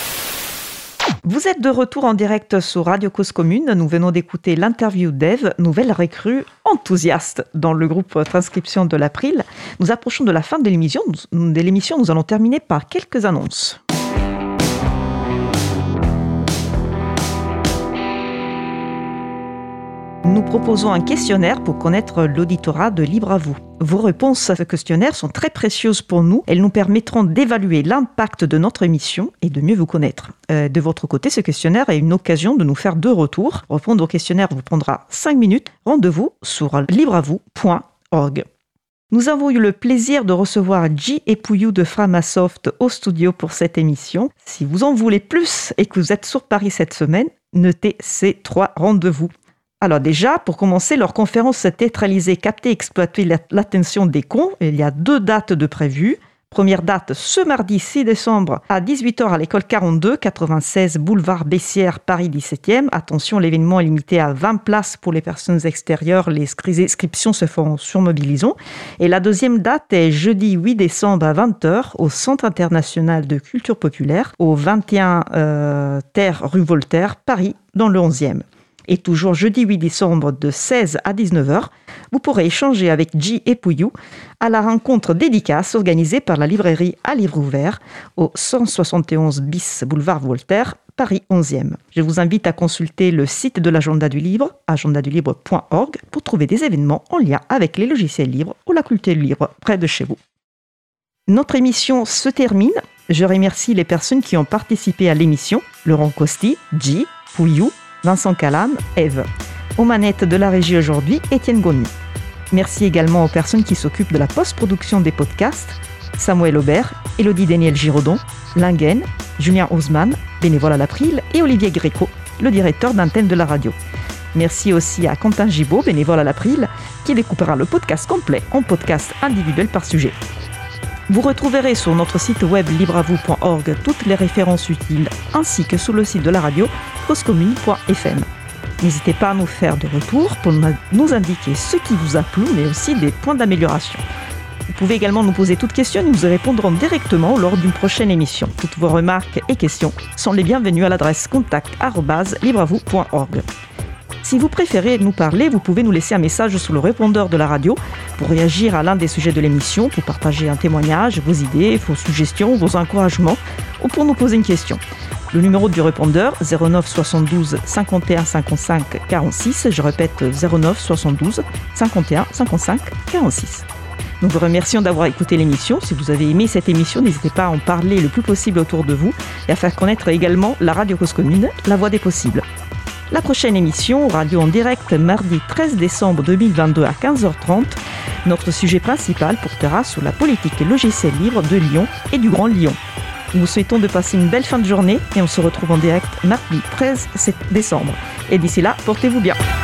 Vous êtes de retour en direct sur Radio Cause Commune. Nous venons d'écouter l'interview d'Ève, nouvelle recrue enthousiaste dans le groupe Transcription de l'April. Nous approchons de la fin de l'émission. De l'émission, nous allons terminer par quelques annonces. Nous proposons un questionnaire pour connaître l'auditorat de Libre à vous. Vos réponses à ce questionnaire sont très précieuses pour nous. Elles nous permettront d'évaluer l'impact de notre émission et de mieux vous connaître. Euh, de votre côté, ce questionnaire est une occasion de nous faire deux retours. Répondre au questionnaire vous prendra cinq minutes. Rendez-vous sur libre à vous point org. Nous avons eu le plaisir de recevoir Ji et Pouillou de Framasoft au studio pour cette émission. Si vous en voulez plus et que vous êtes sur Paris cette semaine, notez ces trois rendez-vous. Alors déjà, pour commencer, leur conférence Théâtraliser, capter, exploiter l'attention des cons. Il y a deux dates de prévues. Première date, ce mardi six décembre à dix-huit heures à l'école quarante-deux, quatre-vingt-seize boulevard Bessières, Paris dix-septième. Attention, l'événement est limité à vingt places pour les personnes extérieures. Les inscriptions se font sur Mobilisons. Et la deuxième date est jeudi huit décembre à vingt heures au Centre international de culture populaire, au vingt et un euh, Terre rue Voltaire, Paris, dans le onzième. Et toujours jeudi huit décembre de seize à dix-neuf heures, vous pourrez échanger avec Ji et Pouillou à la rencontre dédicace organisée par la librairie à livre ouvert au cent soixante et onze bis boulevard Voltaire, Paris onzième. Je vous invite à consulter le site de l'agenda du livre, agenda du libre point org, pour trouver des événements en lien avec les logiciels libres ou la culture libre près de chez vous. Notre émission se termine. Je remercie les personnes qui ont participé à l'émission, Laurent Costi, Ji, Pouillou, Vincent Calam, Eve. Aux manettes de la régie aujourd'hui, Étienne Gagnon. Merci également aux personnes qui s'occupent de la post-production des podcasts, Samuel Aubert, Élodie Daniel Giraudon, Lingen, Julien Haussmann, bénévole à l'April, et Olivier Gréco, le directeur d'antenne de la radio. Merci aussi à Quentin Gibaud, bénévole à l'April, qui découpera le podcast complet en podcast individuel par sujet. Vous retrouverez sur notre site web libre à vous point org toutes les références utiles, ainsi que sur le site de la radio causecommune point f m. N'hésitez pas à nous faire de retour pour nous indiquer ce qui vous a plu, mais aussi des points d'amélioration. Vous pouvez également nous poser toutes questions et nous y répondrons directement lors d'une prochaine émission. Toutes vos remarques et questions sont les bienvenues à l'adresse contact arobase libre à vous point org. Si vous préférez nous parler, vous pouvez nous laisser un message sur le répondeur de la radio pour réagir à l'un des sujets de l'émission, pour partager un témoignage, vos idées, vos suggestions, vos encouragements ou pour nous poser une question. Le numéro du répondeur, zéro neuf soixante-douze cinquante et un cinquante-cinq quarante-six, je répète zéro neuf soixante-douze cinquante et un cinquante-cinq quarante-six. Nous vous remercions d'avoir écouté l'émission. Si vous avez aimé cette émission, n'hésitez pas à en parler le plus possible autour de vous et à faire connaître également la radio Cause Commune, la voix des possibles. La prochaine émission, radio en direct, mardi treize décembre deux mille vingt-deux à quinze heures trente. Notre sujet principal portera sur la politique logicielle libre de Lyon et du Grand Lyon. Nous vous souhaitons de passer une belle fin de journée et on se retrouve en direct mardi treize décembre. Et d'ici là, portez-vous bien.